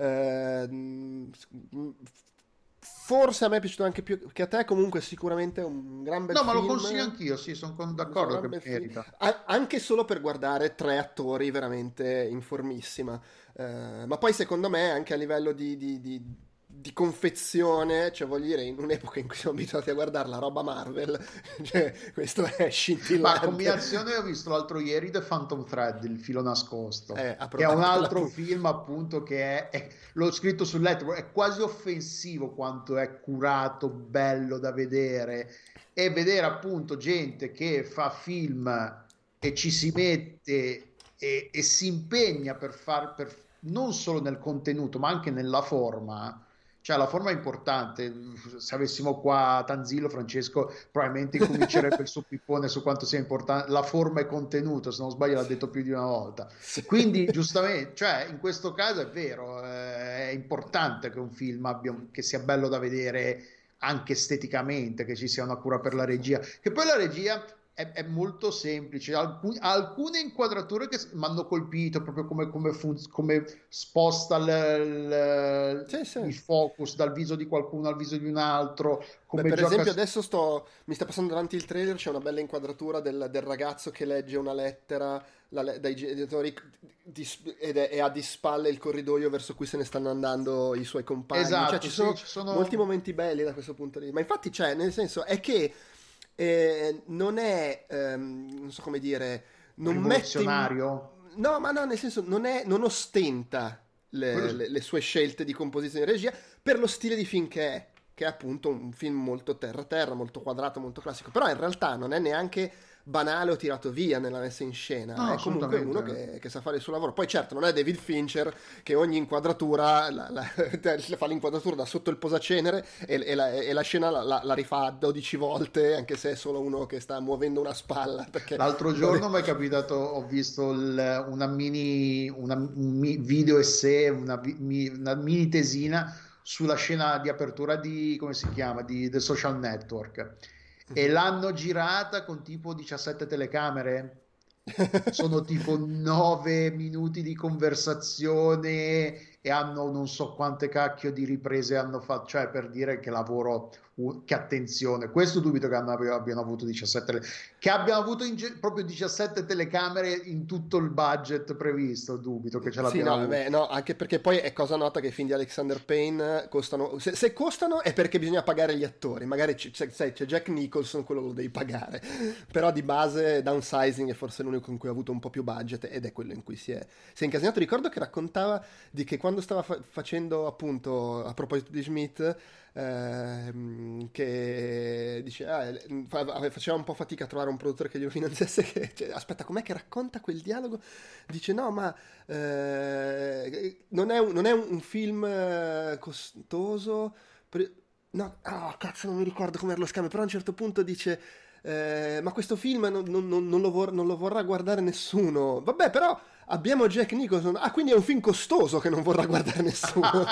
forse a me è piaciuto anche più che a te, comunque sicuramente un gran bel film. No, ma lo consiglio anch'io, sì, sono d'accordo che merita. Anche solo per guardare 3 attori veramente in formissima. Ma poi secondo me anche a livello di confezione, cioè voglio dire, in un'epoca in cui siamo abituati a guardare la roba Marvel, cioè, questo è scintillante. Ma combinazione ho visto l'altro ieri The Phantom Thread, il filo nascosto, che è un altro film appunto che l'ho scritto sul letto, è quasi offensivo quanto è curato, bello da vedere, e vedere appunto gente che fa film e ci si mette e si impegna per non solo nel contenuto ma anche nella forma. Cioè la forma è importante, se avessimo qua Tanzillo, Francesco probabilmente incomincerebbe il suo pippone su quanto sia importante la forma e contenuto, se non sbaglio l'ha detto più di una volta, quindi giustamente, cioè in questo caso è vero, è importante che un film che sia bello da vedere anche esteticamente, che ci sia una cura per la regia, che poi la regia è molto semplice, alcune inquadrature che mi hanno colpito proprio come sposta il focus dal viso di qualcuno al viso di un altro, come per esempio adesso mi sta passando davanti il trailer, c'è una bella inquadratura del ragazzo che legge una lettera dai genitori e ha di spalle il corridoio verso cui se ne stanno andando i suoi compagni. Esatto, cioè, ci sono molti momenti belli da questo punto di vista, ma infatti c'è, nel senso è che non è, non so come dire, non rivoluzionario. No, ma no, nel senso non ostenta le sue scelte di composizione e regia per lo stile di film che è appunto un film molto terra, molto quadrato, molto classico, però in realtà non è neanche banale o tirato via nella messa in scena, no, è comunque uno che sa fare il suo lavoro. Poi certo non è David Fincher che ogni inquadratura fa l'inquadratura da sotto il posacenere e la scena la rifà 12 volte, anche se è solo uno che sta muovendo una spalla, perché l'altro giorno mi è capitato, ho visto un video essay, una mini tesina sulla scena di apertura di, come si chiama, di The Social Network, e l'hanno girata con tipo 17 telecamere, sono tipo 9 minuti di conversazione e hanno non so quante cacchio di riprese hanno fatto, cioè per dire che lavoro, che attenzione, questo dubito che abbiano avuto 17, che abbiano avuto proprio 17 telecamere in tutto il budget previsto, dubito che ce l'abbiano avuto. No, anche perché poi è cosa nota che i film di Alexander Payne costano, se costano è perché bisogna pagare gli attori, magari c'è Jack Nicholson, quello lo devi pagare, però di base downsizing è forse l'unico in cui ha avuto un po' più budget ed è quello in cui si è incasinato. Ricordo che raccontava di che quando stava facendo, appunto, a proposito di Schmidt, che dice faceva un po' fatica a trovare un produttore che glielo finanziasse, cioè, aspetta, com'è che racconta quel dialogo? Dice no, ma non è un film costoso no, cazzo, non mi ricordo com'era lo scambio, però a un certo punto dice ma questo film non lo vorrà guardare nessuno. Vabbè, però abbiamo Jack Nicholson. Quindi è un film costoso che non vorrà guardare nessuno.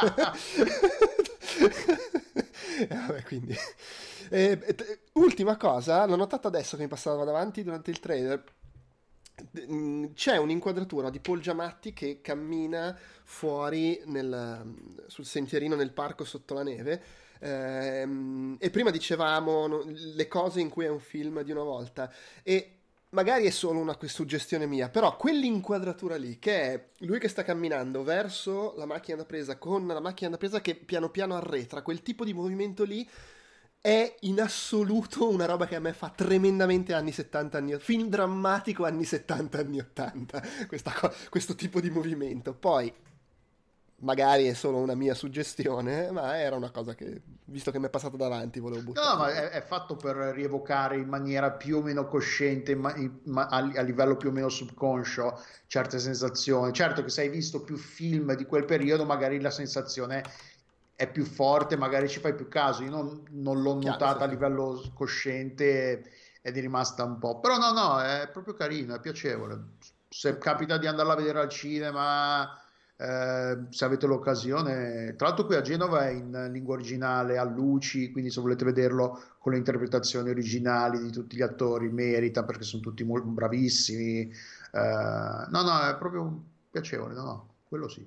Vabbè, quindi ultima cosa, l'ho notata adesso che mi passava davanti durante il trailer. C'è un'inquadratura di Paul Giamatti che cammina fuori sul sentierino nel parco sotto la neve. E prima dicevamo le cose in cui è un film di una volta, e magari è solo una suggestione mia, però quell'inquadratura lì, che è lui che sta camminando verso la macchina da presa con la macchina da presa che piano piano arretra, quel tipo di movimento lì è in assoluto una roba che a me fa tremendamente anni 70, film drammatico anni 70, anni 80, questo tipo di movimento. Poi magari è solo una mia suggestione, ma era una cosa che, visto che mi è passata davanti, volevo No, buttare. ma è fatto per rievocare in maniera più o meno cosciente, a livello più o meno subconscio, certe sensazioni. Certo che se hai visto più film di quel periodo, magari la sensazione è più forte, magari ci fai più caso. Io non l'ho Chiaro, sì, notata a sì. livello cosciente ed è rimasta un po'. Però no, no, è proprio carino, è piacevole. Se capita di andarla a vedere al cinema, se avete l'occasione, tra l'altro qui a Genova è in lingua originale a luci, quindi se volete vederlo con le interpretazioni originali di tutti gli attori merita perché sono tutti bravissimi. No, no, è proprio piacevole, no, no, quello sì.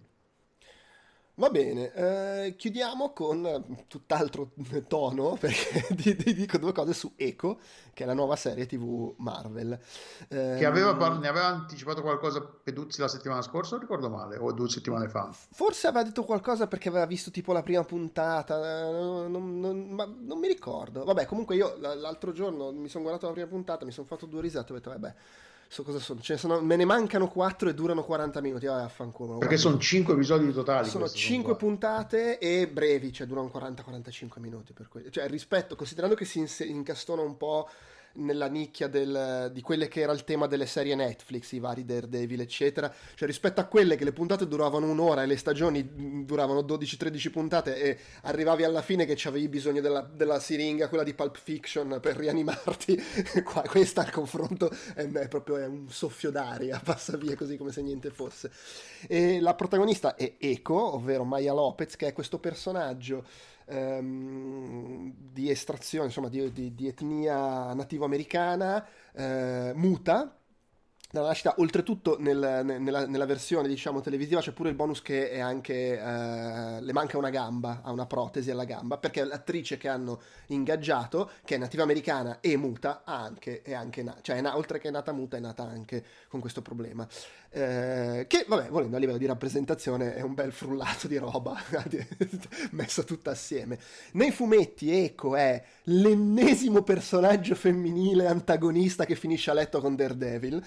Va bene, chiudiamo con tutt'altro tono, perché ti dico due cose su Echo, che è la nuova serie TV Marvel. Che aveva, Ehm, ne aveva anticipato qualcosa Peduzzi la settimana scorsa, o ricordo male, o 2 settimane fa. Forse aveva detto qualcosa perché aveva visto tipo la prima puntata, ma non mi ricordo. Vabbè, comunque io l'altro giorno mi sono guardato la prima puntata, mi sono fatto due risate, ho detto, vabbè, so cosa sono. Me ne mancano quattro e durano 40 minuti, vabbè, affanculo, me lo Perché guardo sono tutto. 5 episodi totali Sono questi, sono 5 qua. puntate e brevi, cioè durano 40-45 minuti per cui, cioè rispetto, considerando che incastona un po' nella nicchia di quelle che era il tema delle serie Netflix, i vari Daredevil, eccetera, cioè rispetto a quelle che le puntate duravano un'ora e le stagioni duravano 12-13 puntate e arrivavi alla fine che avevi bisogno della siringa, quella di Pulp Fiction per rianimarti, questa al confronto è proprio è un soffio d'aria, passa via così come se niente fosse. E la protagonista è Echo, ovvero Maya Lopez, che è questo personaggio di estrazione, insomma, di etnia nativo-americana, muta. Dalla nascita, oltretutto nella versione diciamo televisiva c'è pure il bonus che è anche le manca una gamba, ha una protesi alla gamba, perché l'attrice che hanno ingaggiato, che è nativa americana e muta, oltre che è nata muta è nata anche con questo problema. Che vabbè, volendo a livello di rappresentazione è un bel frullato di roba messo tutta assieme. Nei fumetti Echo è l'ennesimo personaggio femminile antagonista che finisce a letto con Daredevil.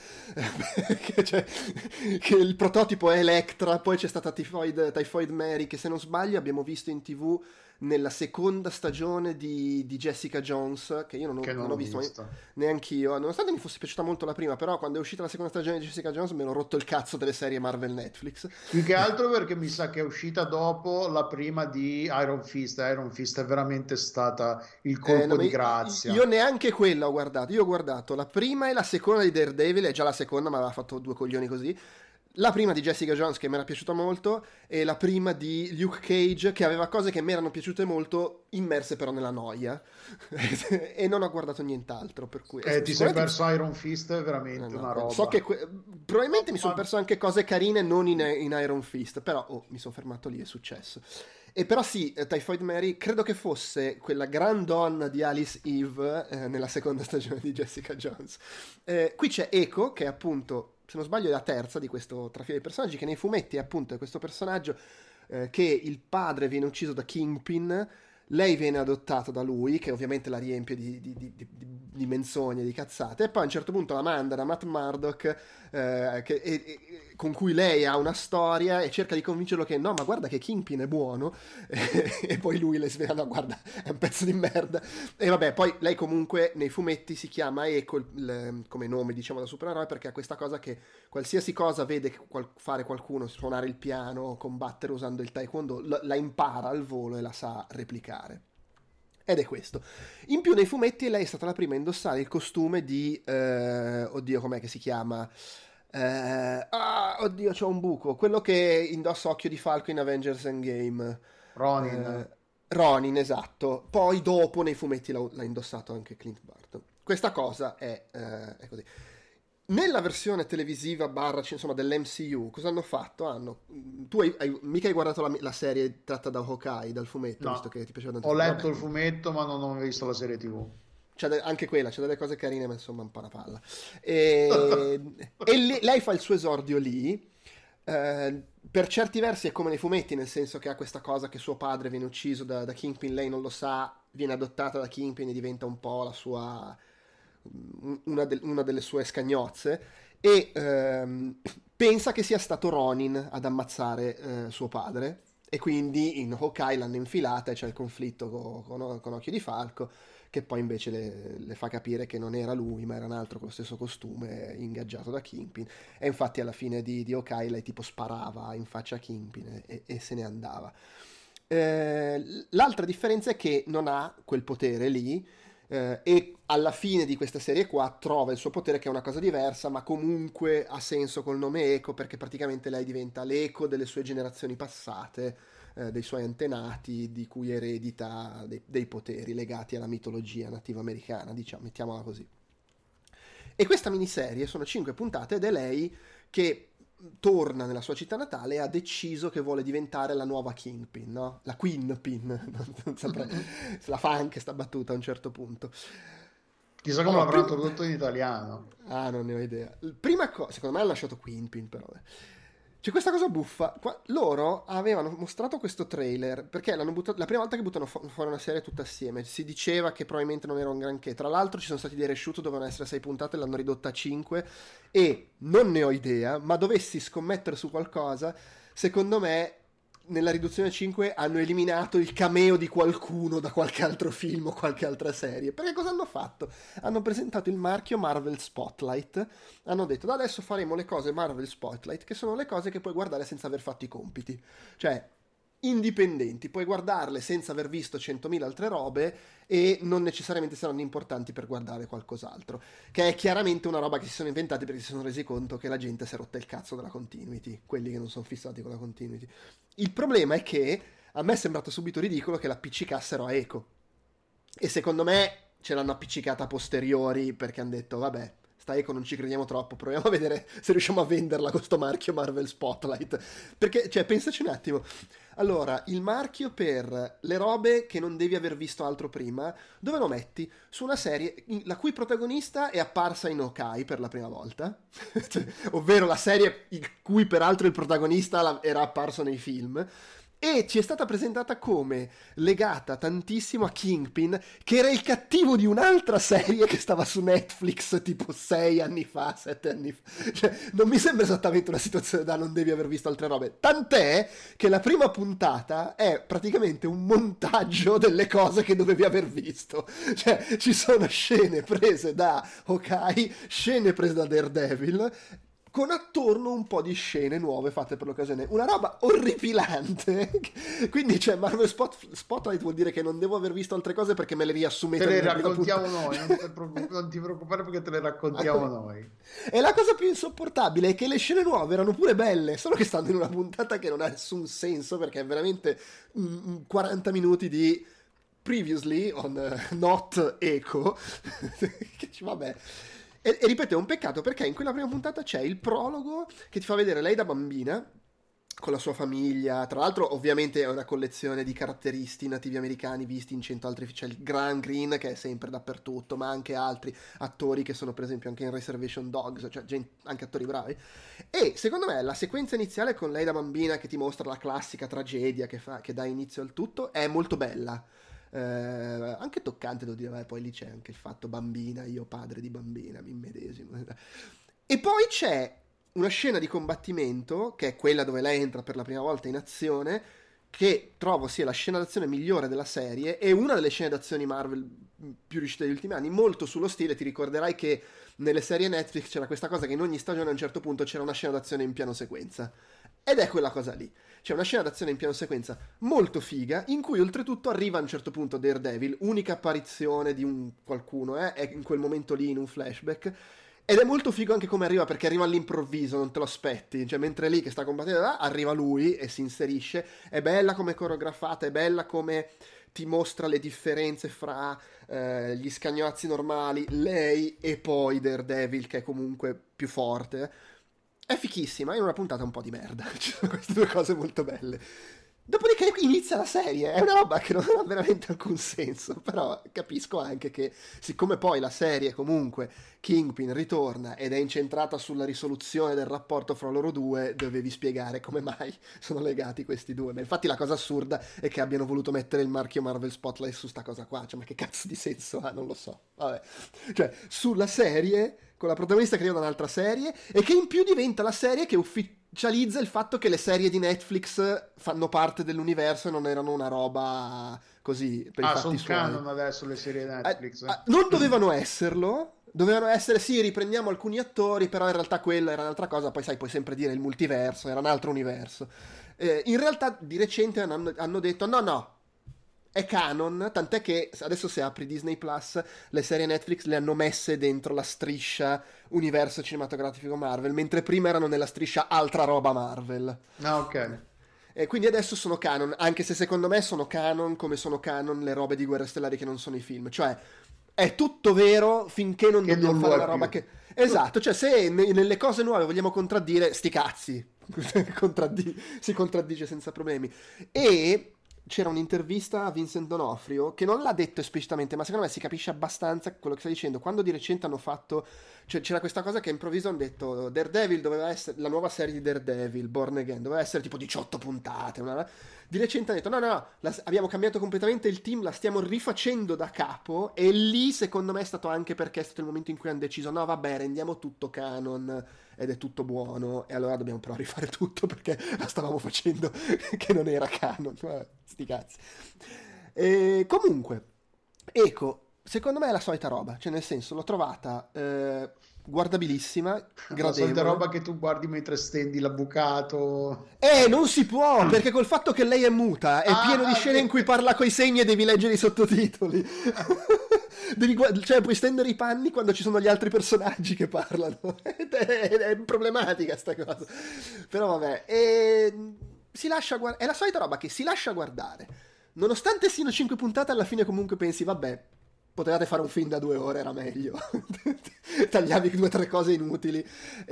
Che il prototipo è Electra, poi c'è stata Typhoid Mary, che se non sbaglio abbiamo visto in TV nella seconda stagione di Jessica Jones, che io Che non non ho ho visto visto. neanch'io, nonostante mi fosse piaciuta molto la prima, però quando è uscita la seconda stagione di Jessica Jones mi ero rotto il cazzo delle serie Marvel Netflix. Più che altro perché mi sa che è uscita dopo la prima di Iron Fist. Iron Fist è veramente stata il No, colpo ma di io grazia. neanche quella ho guardato. Io ho guardato la prima e la seconda di Daredevil, e già la seconda mi aveva fatto due coglioni così. La prima di Jessica Jones che mi era piaciuta molto e la prima di Luke Cage che aveva cose che mi erano piaciute molto, immerse però nella noia. E non ho guardato nient'altro, per cui Ti sei sicuramente perso Iron Fist, è veramente no, una so che roba. probabilmente mi sono Ma perso anche cose carine non in Iron Fist, però mi sono fermato lì, è successo. E però sì, Typhoid Mary credo che fosse quella gran donna di Alice Eve nella seconda stagione di Jessica Jones. Qui c'è Echo, che è appunto, se non sbaglio, è la terza di questo trafilo di personaggi, che nei fumetti è appunto questo personaggio che il padre viene ucciso da Kingpin, lei viene adottata da lui, che ovviamente la riempie di menzogne, di cazzate, e poi a un certo punto la manda da Matt Murdock, con cui lei ha una storia e cerca di convincerlo che no, ma guarda che Kingpin è buono, e poi lui le svela, no, guarda, è un pezzo di merda. E vabbè, poi lei comunque nei fumetti si chiama Echo, come nome diciamo da supereroe, perché ha questa cosa che qualsiasi cosa vede fare qualcuno, suonare il piano, combattere usando il taekwondo, la impara al volo e la sa replicare. Ed è questo. In più nei fumetti lei è stata la prima a indossare il costume di... oddio, com'è che si chiama? Oddio, c'ho un buco. Quello che indossa Occhio di Falco in Avengers Endgame. Ronin. Eh, Ronin, esatto. Poi dopo nei fumetti l'ha indossato anche Clint Barton. Questa cosa è così. Nella versione televisiva barra, insomma, dell'MCU, cosa hanno fatto? Tu mica hai guardato la serie tratta da Hawkeye, dal fumetto, visto No, che ti piaceva ho tanto. Vabbè, letto il fumetto, ma non ho visto la serie TV. Anche quella, c'è delle cose carine, ma insomma un po' una palla. E lei fa il suo esordio lì. Per certi versi è come nei fumetti, nel senso che ha questa cosa che suo padre viene ucciso da Kingpin, lei non lo sa, viene adottata da Kingpin e diventa un po' la sua una delle sue scagnozze e pensa che sia stato Ronin ad ammazzare suo padre, e quindi in Hawkeye l'hanno infilata e c'è il conflitto con Occhio di Falco, che poi invece le fa capire che non era lui ma era un altro con lo stesso costume ingaggiato da Kingpin, e infatti alla fine di Hawkeye lei tipo sparava in faccia a Kingpin e se ne andava. L'altra differenza è che non ha quel potere lì, e alla fine di questa serie qua trova il suo potere, che è una cosa diversa, ma comunque ha senso col nome Echo, perché praticamente lei diventa l'eco delle sue generazioni passate, dei suoi antenati, di cui eredita dei poteri legati alla mitologia nativa americana, diciamo, mettiamola così. E questa miniserie sono 5 puntate ed è lei che torna nella sua città natale e ha deciso che vuole diventare la nuova Kingpin, no? La Queenpin, non saprei, se la fa anche sta battuta a un certo punto. Chissà come l'avranno tradotto in italiano. Ah, non ne ho idea. Prima cosa, secondo me hanno lasciato Queenpin, però. C'è questa cosa buffa. Loro avevano mostrato questo trailer perché l'hanno la prima volta che buttano fuori una serie tutta assieme. Si diceva che probabilmente non era un granché. Tra l'altro ci sono stati dei reshoot, dovevano essere 6 puntate, l'hanno ridotta a 5. E non ne ho idea, ma dovessi scommettere su qualcosa, secondo me nella riduzione a 5 hanno eliminato il cameo di qualcuno da qualche altro film o qualche altra serie. Perché cosa hanno fatto? Hanno presentato il marchio Marvel Spotlight, hanno detto da adesso faremo le cose Marvel Spotlight, che sono le cose che puoi guardare senza aver fatto i compiti, cioè indipendenti, puoi guardarle senza aver visto 100.000 altre robe e non necessariamente saranno importanti per guardare qualcos'altro, che è chiaramente una roba che si sono inventati perché si sono resi conto che la gente si è rotta il cazzo della continuity, quelli che non sono fissati con la continuity. Il problema è che a me è sembrato subito ridicolo che l'appiccicassero a Echo, e secondo me ce l'hanno appiccicata a posteriori perché hanno detto vabbè, sta Echo non ci crediamo troppo, proviamo a vedere se riusciamo a venderla con sto marchio Marvel Spotlight, perché cioè pensaci un attimo. Allora, il marchio per le robe che non devi aver visto altro prima, dove lo metti? Su una serie la cui protagonista è apparsa in Hawkeye per la prima volta, ovvero la serie in cui peraltro il protagonista era apparso nei film, e ci è stata presentata come legata tantissimo a Kingpin, che era il cattivo di un'altra serie che stava su Netflix tipo 6 anni fa, 7 anni fa. Cioè, non mi sembra esattamente una situazione da non devi aver visto altre robe. Tant'è che la prima puntata è praticamente un montaggio delle cose che dovevi aver visto. Cioè, ci sono scene prese da Hawkeye, scene prese da Daredevil, con attorno un po' di scene nuove fatte per l'occasione. Una roba orripilante. Quindi, cioè, Marvel Spotlight vuol dire che non devo aver visto altre cose perché me le riassumete. Te le raccontiamo noi, non ti preoccupare perché te le raccontiamo noi. E la cosa più insopportabile è che le scene nuove erano pure belle, solo che stanno in una puntata che non ha nessun senso, perché è veramente 40 minuti di previously on Not Echo. Vabbè. E ripeto, è un peccato perché in quella prima puntata c'è il prologo che ti fa vedere lei da bambina con la sua famiglia. Tra l'altro ovviamente è una collezione di caratteristi nativi americani visti in 100 altri. C'è il Grant Green che è sempre dappertutto, ma anche altri attori che sono per esempio anche in Reservation Dogs, cioè anche attori bravi. E secondo me la sequenza iniziale con lei da bambina che ti mostra la classica tragedia che dà inizio al tutto è molto bella. Anche toccante, devo dire, poi lì c'è anche il fatto bambina, io padre di bambina, mi immedesimo. E poi c'è una scena di combattimento, che è quella dove lei entra per la prima volta in azione, che trovo sia la scena d'azione migliore della serie e una delle scene d'azione Marvel più riuscite degli ultimi anni, molto sullo stile. Ti ricorderai che nelle serie Netflix c'era questa cosa che in ogni stagione a un certo punto c'era una scena d'azione in piano sequenza, ed è quella cosa lì. C'è una scena d'azione in piano sequenza molto figa, in cui oltretutto arriva a un certo punto Daredevil, unica apparizione di un qualcuno, è in quel momento lì in un flashback, ed è molto figo anche come arriva, perché arriva all'improvviso, non te lo aspetti, cioè mentre è lì che sta combattendo arriva lui e si inserisce. È bella come coreografata, è bella come ti mostra le differenze fra gli scagnozzi normali, lei e poi Daredevil che è comunque più forte. È fichissima, in una puntata un po' di merda. Ci sono queste due cose molto belle. Dopodiché inizia la serie, è una roba che non ha veramente alcun senso, però capisco anche che siccome poi la serie comunque Kingpin ritorna ed è incentrata sulla risoluzione del rapporto fra loro due, dovevi spiegare come mai sono legati questi due. Ma infatti la cosa assurda è che abbiano voluto mettere il marchio Marvel Spotlight su sta cosa qua, cioè ma che cazzo di senso ha? Non lo so, vabbè. Cioè, sulla serie, con la protagonista che arriva da un'altra serie e che in più diventa la serie che ufficializza il fatto che le serie di Netflix fanno parte dell'universo e non erano una roba così per i fatti sono suoi. canon adesso le serie Netflix. Non dovevano esserlo, dovevano essere sì, riprendiamo alcuni attori, però in realtà quella era un'altra cosa, poi sai, puoi sempre dire il multiverso, era un altro universo. In realtà di recente hanno detto no, è canon, tant'è che adesso se apri Disney Plus, le serie Netflix le hanno messe dentro la striscia universo cinematografico Marvel, mentre prima erano nella striscia altra roba Marvel. Ah, ok. E quindi adesso sono canon, anche se secondo me sono canon come sono canon le robe di Guerre Stellari che non sono i film. Cioè, è tutto vero finché non Che dobbiamo non fare lo la è roba più. che... Esatto, cioè se nelle cose nuove vogliamo contraddire, sti cazzi. Si contraddice senza problemi. E c'era un'intervista a Vincent D'Onofrio che non l'ha detto esplicitamente, ma secondo me si capisce abbastanza quello che sta dicendo. Quando di recente hanno fatto, cioè, c'era questa cosa che improvviso hanno detto Daredevil doveva essere, la nuova serie di Daredevil, Born Again, doveva essere tipo 18 puntate. Di recente hanno detto no, abbiamo cambiato completamente il team, la stiamo rifacendo da capo, e lì secondo me è stato anche perché è stato il momento in cui hanno deciso no vabbè, rendiamo tutto canon ed è tutto buono, e allora dobbiamo però rifare tutto perché la stavamo facendo che non era canon. Vabbè, sti cazzi. E comunque, Eco, secondo me è la solita roba, cioè nel senso l'ho trovata guardabilissima, La solita gradevole. roba che tu guardi mentre stendi l'avvocato. Non si può, perché col fatto che lei è muta, è pieno di scene in cui parla coi segni e devi leggere i sottotitoli. Cioè, puoi stendere i panni quando ci sono gli altri personaggi che parlano. È problematica sta cosa. Però vabbè, è la solita roba che si lascia guardare. Nonostante siano 5 puntate, alla fine comunque pensi, vabbè, potevate fare un film da 2 ore, era meglio. Tagliavi 2 o 3 cose inutili.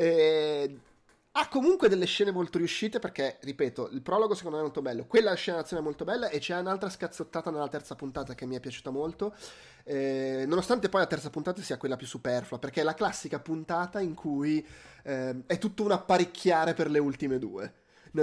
Ha comunque delle scene molto riuscite perché, ripeto, il prologo secondo me è molto bello, quella scena d'azione è molto bella, e c'è un'altra scazzottata nella terza puntata che mi è piaciuta molto, nonostante poi la terza puntata sia quella più superflua, perché è la classica puntata in cui è tutto un apparecchiare per le ultime due.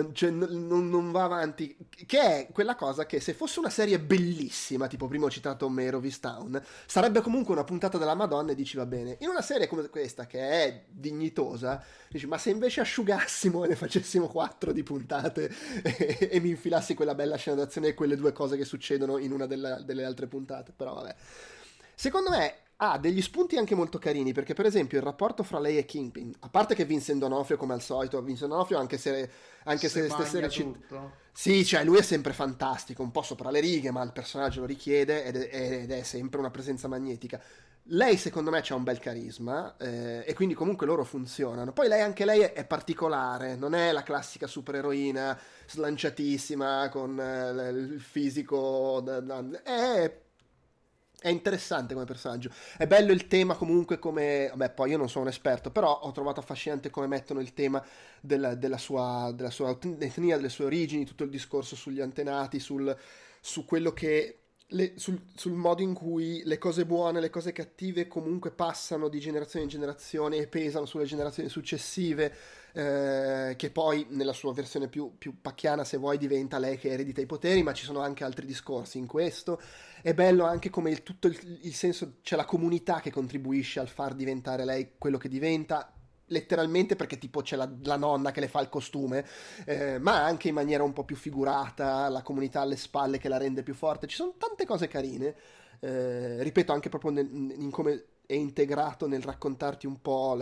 Non va avanti, che è quella cosa che se fosse una serie bellissima, tipo prima ho citato Merovis Town, sarebbe comunque una puntata della Madonna e dici va bene. In una serie come questa che è dignitosa dici ma se invece asciugassimo e ne facessimo 4 di puntate e mi infilassi quella bella scena d'azione e quelle 2 cose che succedono in una delle altre puntate, però vabbè. Secondo me ha degli spunti anche molto carini, perché per esempio il rapporto fra lei e Kingpin, a parte che Vincent D'Onofrio come al solito, Vincent D'Onofrio anche se stesse Tutto. sì, cioè lui è sempre fantastico, un po' sopra le righe, ma il personaggio lo richiede ed è sempre una presenza magnetica. Lei secondo me c'ha un bel carisma, e quindi comunque loro funzionano. Poi anche lei è particolare, non è la classica supereroina slanciatissima con il fisico, è interessante come personaggio. È bello il tema comunque come... Vabbè, poi io non sono un esperto, però ho trovato affascinante come mettono il tema della sua etnia, delle sue origini, tutto il discorso sugli antenati, su quello che... sul modo in cui le cose buone, le cose cattive comunque passano di generazione in generazione e pesano sulle generazioni successive, che poi nella sua versione più pacchiana, se vuoi, diventa lei che eredita i poteri, ma ci sono anche altri discorsi in questo. È bello anche come tutto il senso, c'è la comunità che contribuisce al far diventare lei quello che diventa, letteralmente perché tipo c'è la nonna che le fa il costume, ma anche in maniera un po' più figurata, la comunità alle spalle che la rende più forte. Ci sono tante cose carine, ripeto, anche proprio in come è integrato nel raccontarti un po'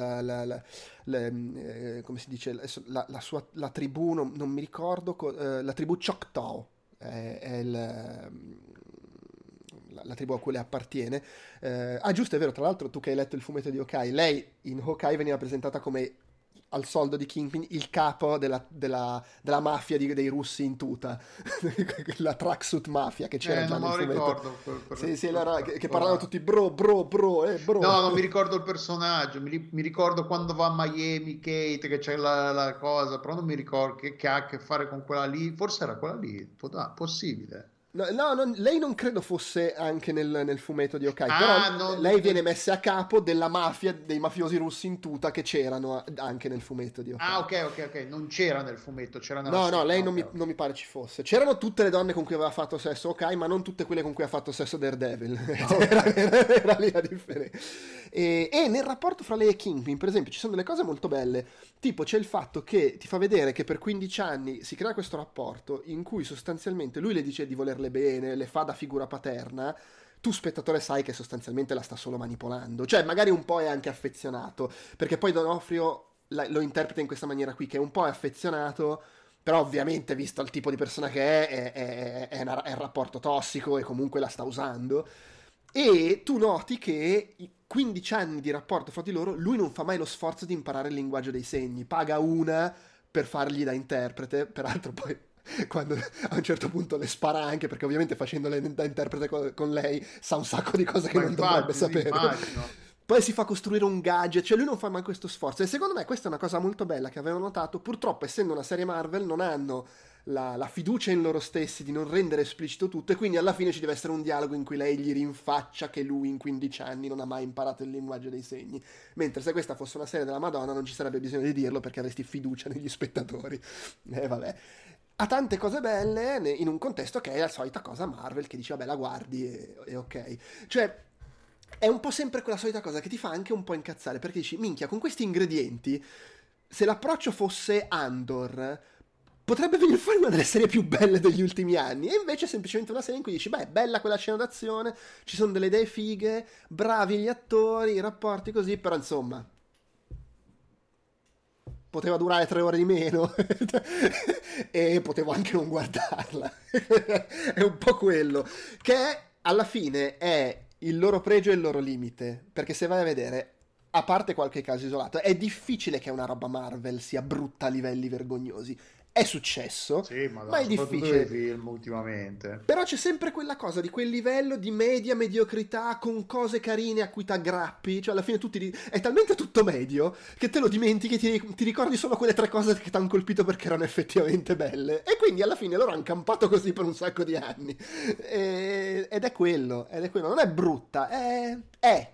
come si dice, la tribù, non mi ricordo, la tribù Choctaw, è la tribù a cui le appartiene. Giusto, è vero, tra l'altro tu che hai letto il fumetto di Hawkeye, lei in Hawkeye veniva presentata come al soldo di Kingpin il capo della mafia dei russi in tuta, la tracksuit mafia che c'era già non me nel lo fumetto. ricordo. Sì, che parlavano tutti bro, bro. No, non mi ricordo il personaggio, mi ricordo quando va a Miami Kate, che c'è la cosa, però non mi ricordo che ha a che fare con quella lì, forse era quella lì, possibile. Lei non credo fosse anche nel fumetto di Hawkeye, però Ah, non... lei viene messa a capo della mafia dei mafiosi russi in tuta che c'erano anche nel fumetto di Hawkeye. Ah, ok, non c'era nel fumetto, c'era nella No, serie. lei Ok, non mi pare ci fosse. C'erano tutte le donne con cui aveva fatto sesso Hawkeye, ma non tutte quelle con cui ha fatto sesso Daredevil. Era lì la differenza. E nel rapporto fra lei e Kingpin, per esempio, ci sono delle cose molto belle. Tipo, c'è il fatto che ti fa vedere che per 15 anni si crea questo rapporto in cui sostanzialmente lui le dice di volerle bene, le fa da figura paterna. Tu spettatore sai che sostanzialmente la sta solo manipolando. Cioè, magari un po' è anche affezionato, perché poi Donofrio lo interpreta in questa maniera qui, che è un po' affezionato, però ovviamente visto il tipo di persona che è un rapporto tossico e comunque la sta usando. E tu noti che i 15 anni di rapporto fra di loro, lui non fa mai lo sforzo di imparare il linguaggio dei segni, paga una per fargli da interprete, peraltro poi quando a un certo punto le spara anche, perché ovviamente facendole da interprete con lei sa un sacco di cose che ma non infatti, dovrebbe sì, sapere. immagino. Poi si fa costruire un gadget, cioè lui non fa mai questo sforzo. E secondo me questa è una cosa molto bella che avevo notato. Purtroppo, essendo una serie Marvel, non hanno la fiducia in loro stessi di non rendere esplicito tutto, e quindi alla fine ci deve essere un dialogo in cui lei gli rinfaccia che lui in 15 anni non ha mai imparato il linguaggio dei segni. Mentre se questa fosse una serie della Madonna non ci sarebbe bisogno di dirlo, perché avresti fiducia negli spettatori. Vabbè. Ha tante cose belle in un contesto che è la solita cosa Marvel, che dice vabbè la guardi e ok. Cioè è un po' sempre quella solita cosa che ti fa anche un po' incazzare, perché dici minchia, con questi ingredienti, se l'approccio fosse Andor potrebbe venire fuori una delle serie più belle degli ultimi anni, e invece è semplicemente una serie in cui dici beh, bella quella scena d'azione, ci sono delle idee fighe, bravi gli attori, i rapporti così, però insomma poteva durare 3 ore di meno e potevo anche non guardarla. È un po' quello che alla fine è il loro pregio e il loro limite, perché se vai a vedere, a parte qualche caso isolato, è difficile che una roba Marvel sia brutta a livelli vergognosi. È successo, Sì, ma è soprattutto difficile. nei film ultimamente. Però c'è sempre quella cosa di quel livello di media mediocrità con cose carine a cui ti aggrappi, cioè alla fine è talmente tutto medio che te lo dimentichi e ti ricordi solo quelle 3 cose che ti hanno colpito perché erano effettivamente belle, e quindi alla fine loro hanno campato così per un sacco di anni. Ed è quello, non è brutta, è.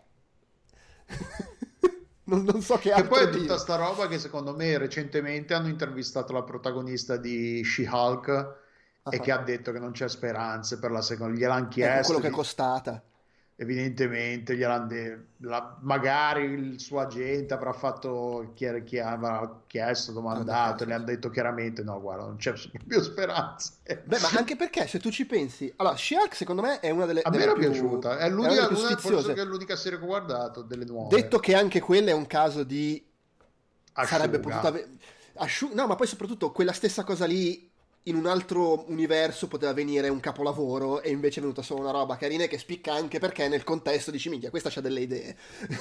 Non so che altro Che poi è dire. tutta sta roba che secondo me recentemente hanno intervistato la protagonista di She-Hulk e che ha detto che non c'è speranze per la seconda, gliel'hanno Con chiesto, quello che è costata. evidentemente magari il suo agente avrà fatto chi avrà chiesto, domandato, e le hanno detto chiaramente no, guarda, non c'è proprio speranze. Beh, ma anche perché se tu ci pensi, allora She-Hulk secondo me è una A me delle era più, piaciuta, è una più forse sfiziose. che è l'unica serie che ho guardato delle nuove. Detto che anche quella è un caso di sarebbe Asciuga. potuta no, ma poi soprattutto quella stessa cosa lì in un altro universo poteva venire un capolavoro, e invece è venuta solo una roba carina e che spicca anche perché nel contesto dici minchia, questa c'ha delle idee.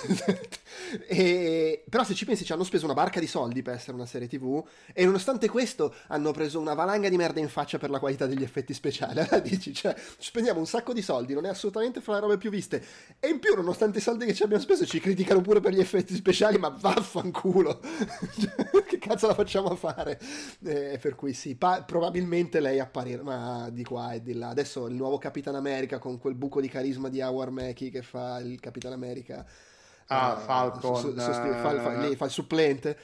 Però se ci pensi ci hanno speso una barca di soldi per essere una serie TV, e nonostante questo hanno preso una valanga di merda in faccia per la qualità degli effetti speciali. Allora dici, cioè, spendiamo un sacco di soldi, non è assolutamente fra le robe più viste, e in più nonostante i soldi che ci abbiamo speso ci criticano pure per gli effetti speciali, ma vaffanculo. Che cazzo la facciamo a fare? Per cui sì, probabilmente lei apparirà di qua e di là. Adesso il nuovo Capitan America con quel buco di carisma di Howard Mackie che fa il Capitan America, Falcon, fa il supplente,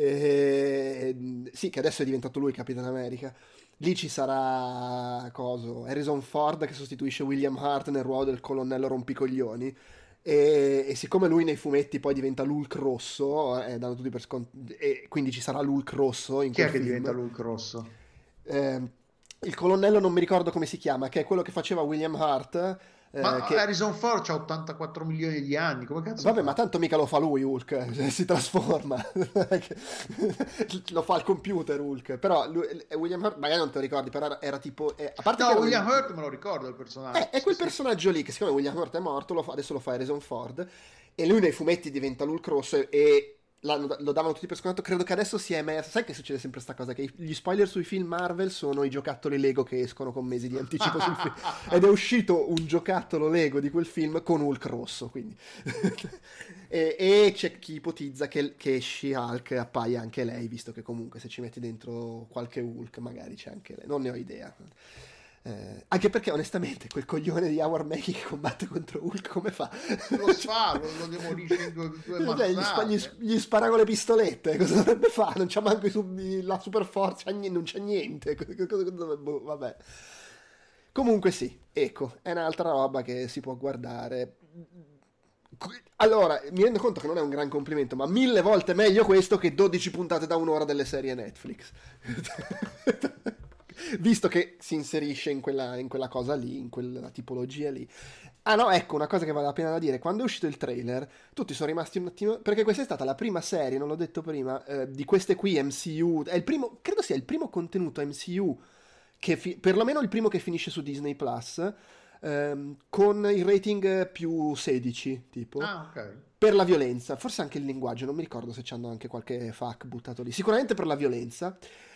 sì, che adesso è diventato lui Capitan America. Lì ci sarà Harrison Ford che sostituisce William Hurt nel ruolo del colonnello rompicoglioni, e siccome lui nei fumetti poi diventa l'Hulk rosso, danno tutti per e quindi ci sarà l'Hulk rosso in chi quel è che film. diventa l'Hulk rosso? Il colonnello non mi ricordo come si chiama, che è quello che faceva William Hurt. Ma Harrison Ford c'ha 84 milioni di anni, come cazzo Vabbè, fa? ma tanto mica lo fa lui Hulk, si trasforma. Lo fa il computer Hulk. Però William Hurt, magari non te lo ricordi, però era tipo a parte No, che William Hurt me lo ricordo il personaggio. è quel personaggio lì che siccome William Hurt è morto, adesso lo fa Harrison Ford, e lui nei fumetti diventa l'Hulk rosso, e lo davano tutti per scontato, credo che adesso sia emerso. Sai che succede sempre sta cosa? Che gli spoiler sui film Marvel sono i giocattoli Lego che escono con mesi di anticipo sul film. Ed è uscito un giocattolo Lego di quel film con Hulk rosso, quindi. e c'è chi ipotizza che She-Hulk appaia anche lei, visto che comunque se ci metti dentro qualche Hulk magari c'è anche lei. Non ne ho idea. Anche perché onestamente quel coglione di Howard Mackie che combatte contro Hulk come fa? Lo demolisce in due mazzate. Gli spara con le pistolette, cosa dovrebbe fare? Non c'ha manco la super forza, non c'è niente. Vabbè. Comunque sì, ecco, è un'altra roba che si può guardare. Allora, mi rendo conto che non è un gran complimento, ma 1000 volte meglio questo che 12 puntate da un'ora delle serie Netflix. Visto che si inserisce in quella cosa lì, in quella tipologia lì. Ah no, ecco, una cosa che vale la pena da dire: quando è uscito il trailer, tutti sono rimasti un attimo, perché questa è stata la prima serie, non l'ho detto prima, di queste qui MCU, è il primo, credo sia il primo contenuto MCU, perlomeno il primo che finisce su Disney Plus, con il rating più 16, tipo. Ah, ok. Per la violenza, forse anche il linguaggio, non mi ricordo se c'hanno anche qualche fuck buttato lì, sicuramente per la violenza.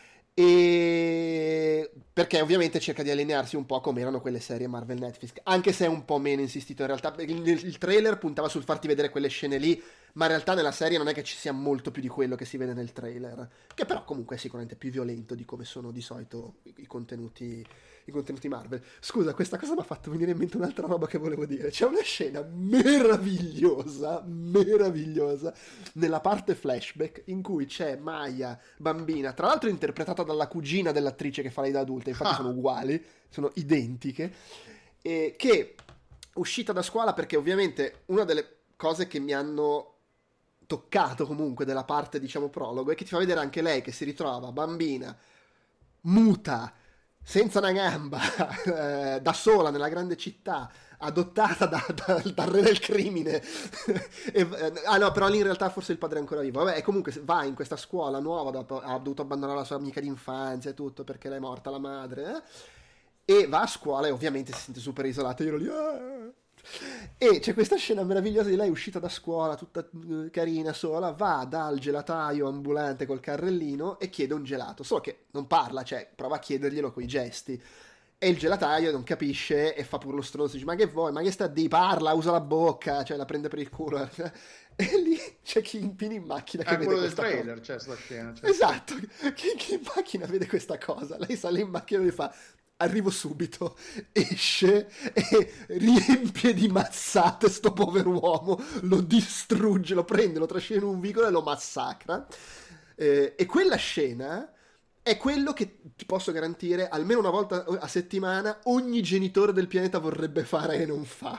E perché ovviamente cerca di allinearsi un po' come erano quelle serie Marvel Netflix, anche se è un po' meno insistito in realtà. Il trailer puntava sul farti vedere quelle scene lì, ma in realtà nella serie non è che ci sia molto più di quello che si vede nel trailer, che però comunque è sicuramente più violento di come sono di solito i contenuti Marvel. Scusa, questa cosa mi ha fatto venire in mente un'altra roba che volevo dire. C'è una scena meravigliosa nella parte flashback in cui c'è Maya, bambina, tra l'altro interpretata dalla cugina dell'attrice che fa lei da adulta, infatti sono uguali, sono identiche, e che uscita da scuola, perché ovviamente una delle cose che mi hanno toccato comunque della parte, diciamo, prologo, è che ti fa vedere anche lei che si ritrova bambina, muta, senza una gamba, da sola nella grande città, adottata dal re del crimine. No, però lì in realtà forse il padre è ancora vivo. Vabbè, e comunque va in questa scuola nuova, ha dovuto abbandonare la sua amica d'infanzia e tutto perché le è morta la madre, e va a scuola e ovviamente si sente super isolata. Io ero lì... E c'è questa scena meravigliosa di lei uscita da scuola tutta carina sola, va dal gelataio ambulante col carrellino e chiede un gelato, solo che non parla, cioè prova a chiederglielo coi gesti, e il gelataio non capisce e fa pure lo stronzo, dice ma che vuoi, ma che sta di, parla, usa la bocca, cioè la prende per il culo. E lì c'è chi in macchina che vede quello questa del trailer, cosa. c'è sta scena, cioè. Esatto, chi in macchina vede questa cosa, lei sale in macchina e gli fa arrivo subito, esce e riempie di mazzate sto povero uomo, lo distrugge, lo prende, lo trascina in un vicolo e lo massacra. E quella scena è quello che ti posso garantire almeno una volta a settimana ogni genitore del pianeta vorrebbe fare e non fa.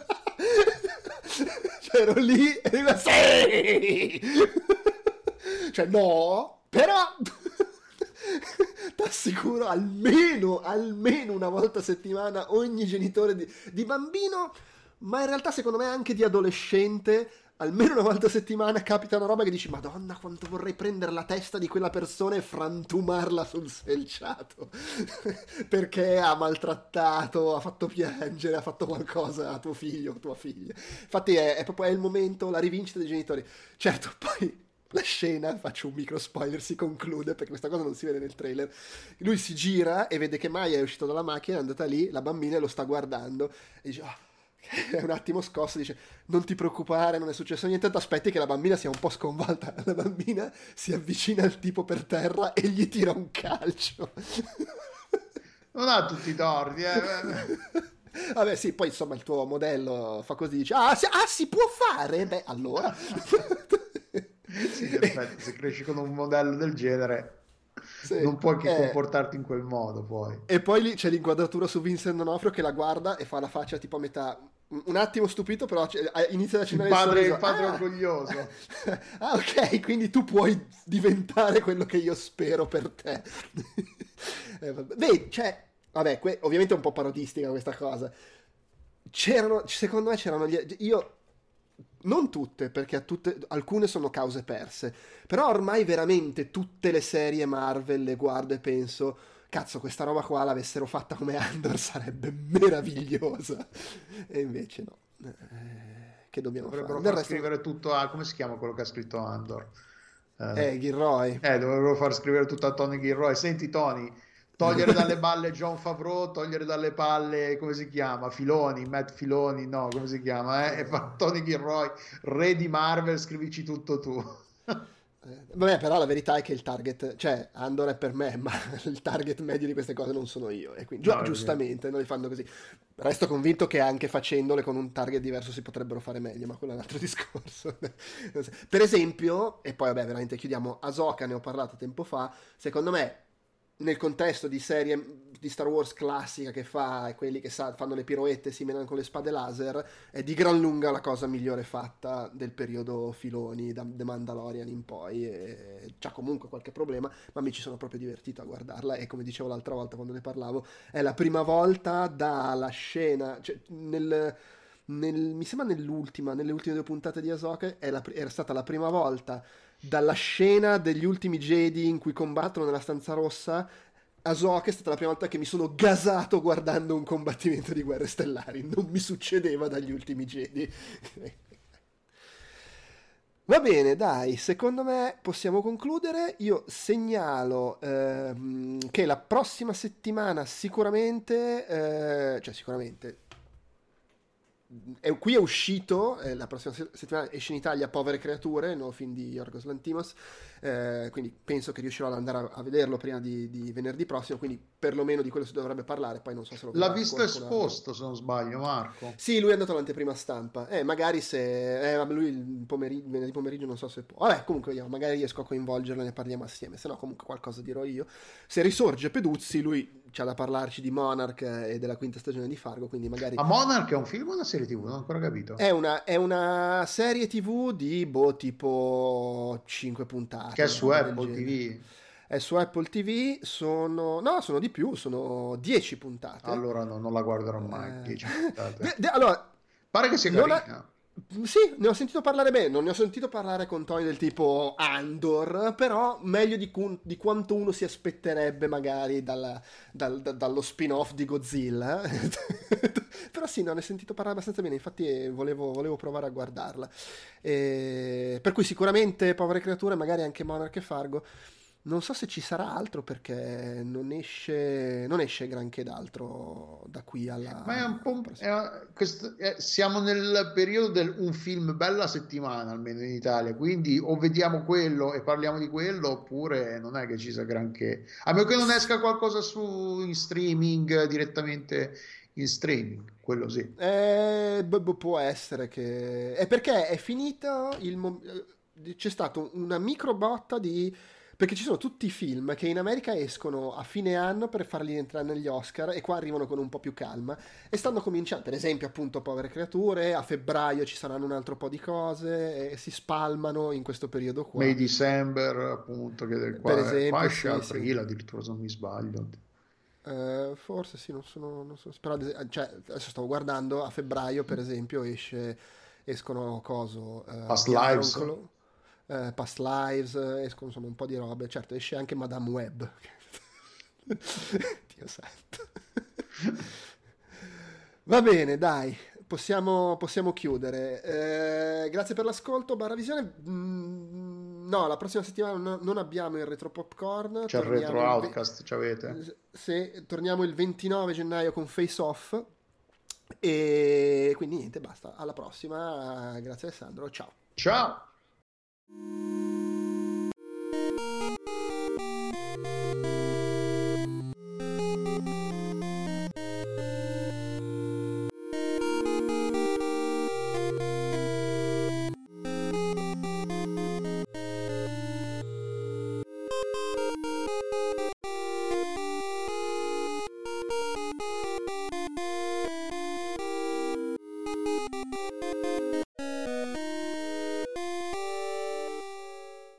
Cioè ero lì e dico sì! Cioè no, però... t'assicuro almeno una volta a settimana ogni genitore di bambino, ma in realtà secondo me anche di adolescente, almeno una volta a settimana capita una roba che dici madonna quanto vorrei prendere la testa di quella persona e frantumarla sul selciato perché ha maltrattato, ha fatto piangere, ha fatto qualcosa a tuo figlio o tua figlia. Infatti è proprio il momento, la rivincita dei genitori. Certo, poi la scena, faccio un micro spoiler, si conclude perché questa cosa non si vede nel trailer. Lui si gira e vede che Maya è uscita dalla macchina, è andata lì, la bambina lo sta guardando e dice è un attimo scosso, dice non ti preoccupare, non è successo niente, ti aspetti che la bambina sia un po' sconvolta. La bambina si avvicina al tipo per terra e gli tira un calcio. Non ha tutti i torti, Vabbè sì, poi insomma il tuo modello fa così, dice si può fare? Beh allora... Sì, in effetti, se cresci con un modello del genere sì, non puoi che comportarti in quel modo poi. E poi lì c'è l'inquadratura su Vincent D'Onofrio che la guarda e fa la faccia tipo a metà, un attimo stupito, però inizia ad accennare il padre orgoglioso. Ah ok, quindi tu puoi diventare quello che io spero per te. Vedi, cioè vabbè, ovviamente è un po' parodistica questa cosa. Secondo me c'erano io non tutte, perché alcune sono cause perse, però ormai veramente tutte le serie Marvel le guardo e penso cazzo, questa roba qua l'avessero fatta come Andor sarebbe meravigliosa, e invece no. Che dobbiamo Dovrebbero fare? far scrivere tutto a... come si chiama quello che ha scritto Andor? Gilroy. Dovrebbero far scrivere tutto a Tony Gilroy. Senti Tony, togliere dalle balle John Favreau, togliere dalle palle, come si chiama? Filoni, Matt Filoni, no, come si chiama? E fa Tony Gilroy, re di Marvel, scrivici tutto tu. Vabbè, però la verità è che il target, cioè Andor è per me, ma il target medio di queste cose non sono io, e quindi No, giustamente non li fanno così. Resto convinto che anche facendole con un target diverso si potrebbero fare meglio, ma quello è un altro discorso. Per esempio, e poi vabbè, veramente chiudiamo, Ahsoka, ne ho parlato tempo fa, secondo me nel contesto di serie di Star Wars classica che fa, e quelli che fanno le piroette e si menano con le spade laser, è di gran lunga la cosa migliore fatta del periodo Filoni, da The Mandalorian in poi, e c'ha comunque qualche problema, ma mi ci sono proprio divertito a guardarla, e come dicevo l'altra volta quando ne parlavo, è la prima volta dalla scena, cioè mi sembra nelle ultime 2 puntate di Ahsoka, era stata la prima volta dalla scena degli ultimi Jedi in cui combattono nella stanza rossa. Ahsoka è stata la prima volta che mi sono gasato guardando un combattimento di Guerre Stellari. Non mi succedeva dagli ultimi Jedi. Va bene, dai, secondo me possiamo concludere. Io segnalo che la prossima settimana sicuramente, qui è uscito, la prossima settimana esce in Italia Povere Creature, il nuovo film di Yorgos Lanthimos, quindi penso che riuscirò ad andare a vederlo prima di venerdì prossimo, quindi perlomeno di quello si dovrebbe parlare, poi non so se lo L'ha vedrò visto esposto, se non sbaglio, Marco. Sì, lui è andato all'anteprima stampa. Magari se. Lui venerdì pomeriggio non so se può. Vabbè, comunque vediamo, magari riesco a coinvolgerlo e ne parliamo assieme. Se no, comunque qualcosa dirò io. Se risorge Peduzzi, lui c'ha da parlarci di Monarch e della quinta stagione di Fargo. Quindi magari. Ma Monarch è un film o una serie TV? Non ho ancora capito. È una serie TV di tipo 5 puntate. Che è su Apple TV. È su Apple TV, sono di più, sono 10 puntate. Allora no, non la guarderò mai. 10 puntate. Allora, pare che sia carina. Sì, ne ho sentito parlare bene, non ne ho sentito parlare con toni del tipo Andor, però meglio di quanto uno si aspetterebbe magari dallo spin-off di Godzilla. Però sì, ne ho sentito parlare abbastanza bene, infatti volevo provare a guardarla. Per cui sicuramente Povere Creature, magari anche Monarch e Fargo. Non so se ci sarà altro perché non esce granché d'altro da qui alla... Ma è un po'... siamo nel periodo del un film bella settimana, almeno in Italia, quindi o vediamo quello e parliamo di quello, oppure non è che ci sia granché. A meno che non esca qualcosa in streaming, direttamente in streaming, quello sì. Può essere che... È perché è finito c'è stata una micro botta di... Perché ci sono tutti i film che in America escono a fine anno per farli entrare negli Oscar e qua arrivano con un po' più calma e stanno cominciando, per esempio appunto Povere Creature, a febbraio ci saranno un altro po' di cose e si spalmano in questo periodo qua. May December appunto, Per esempio, qua esce aprile sì. addirittura se non mi sbaglio. Forse sì, non sono però cioè, adesso stavo guardando, a febbraio per esempio escono Past Lives. Past Lives, escono insomma un po' di robe. Certo, esce anche Madame Web. Dio santo. Va bene, dai, possiamo chiudere. Grazie per l'ascolto, visione. No, la prossima settimana non abbiamo il retro popcorn. C'è il retro Outcast, ci avete? Sì, torniamo il 29 gennaio con Face Off. E quindi niente, basta. Alla prossima. Grazie Alessandro, ciao. Ciao.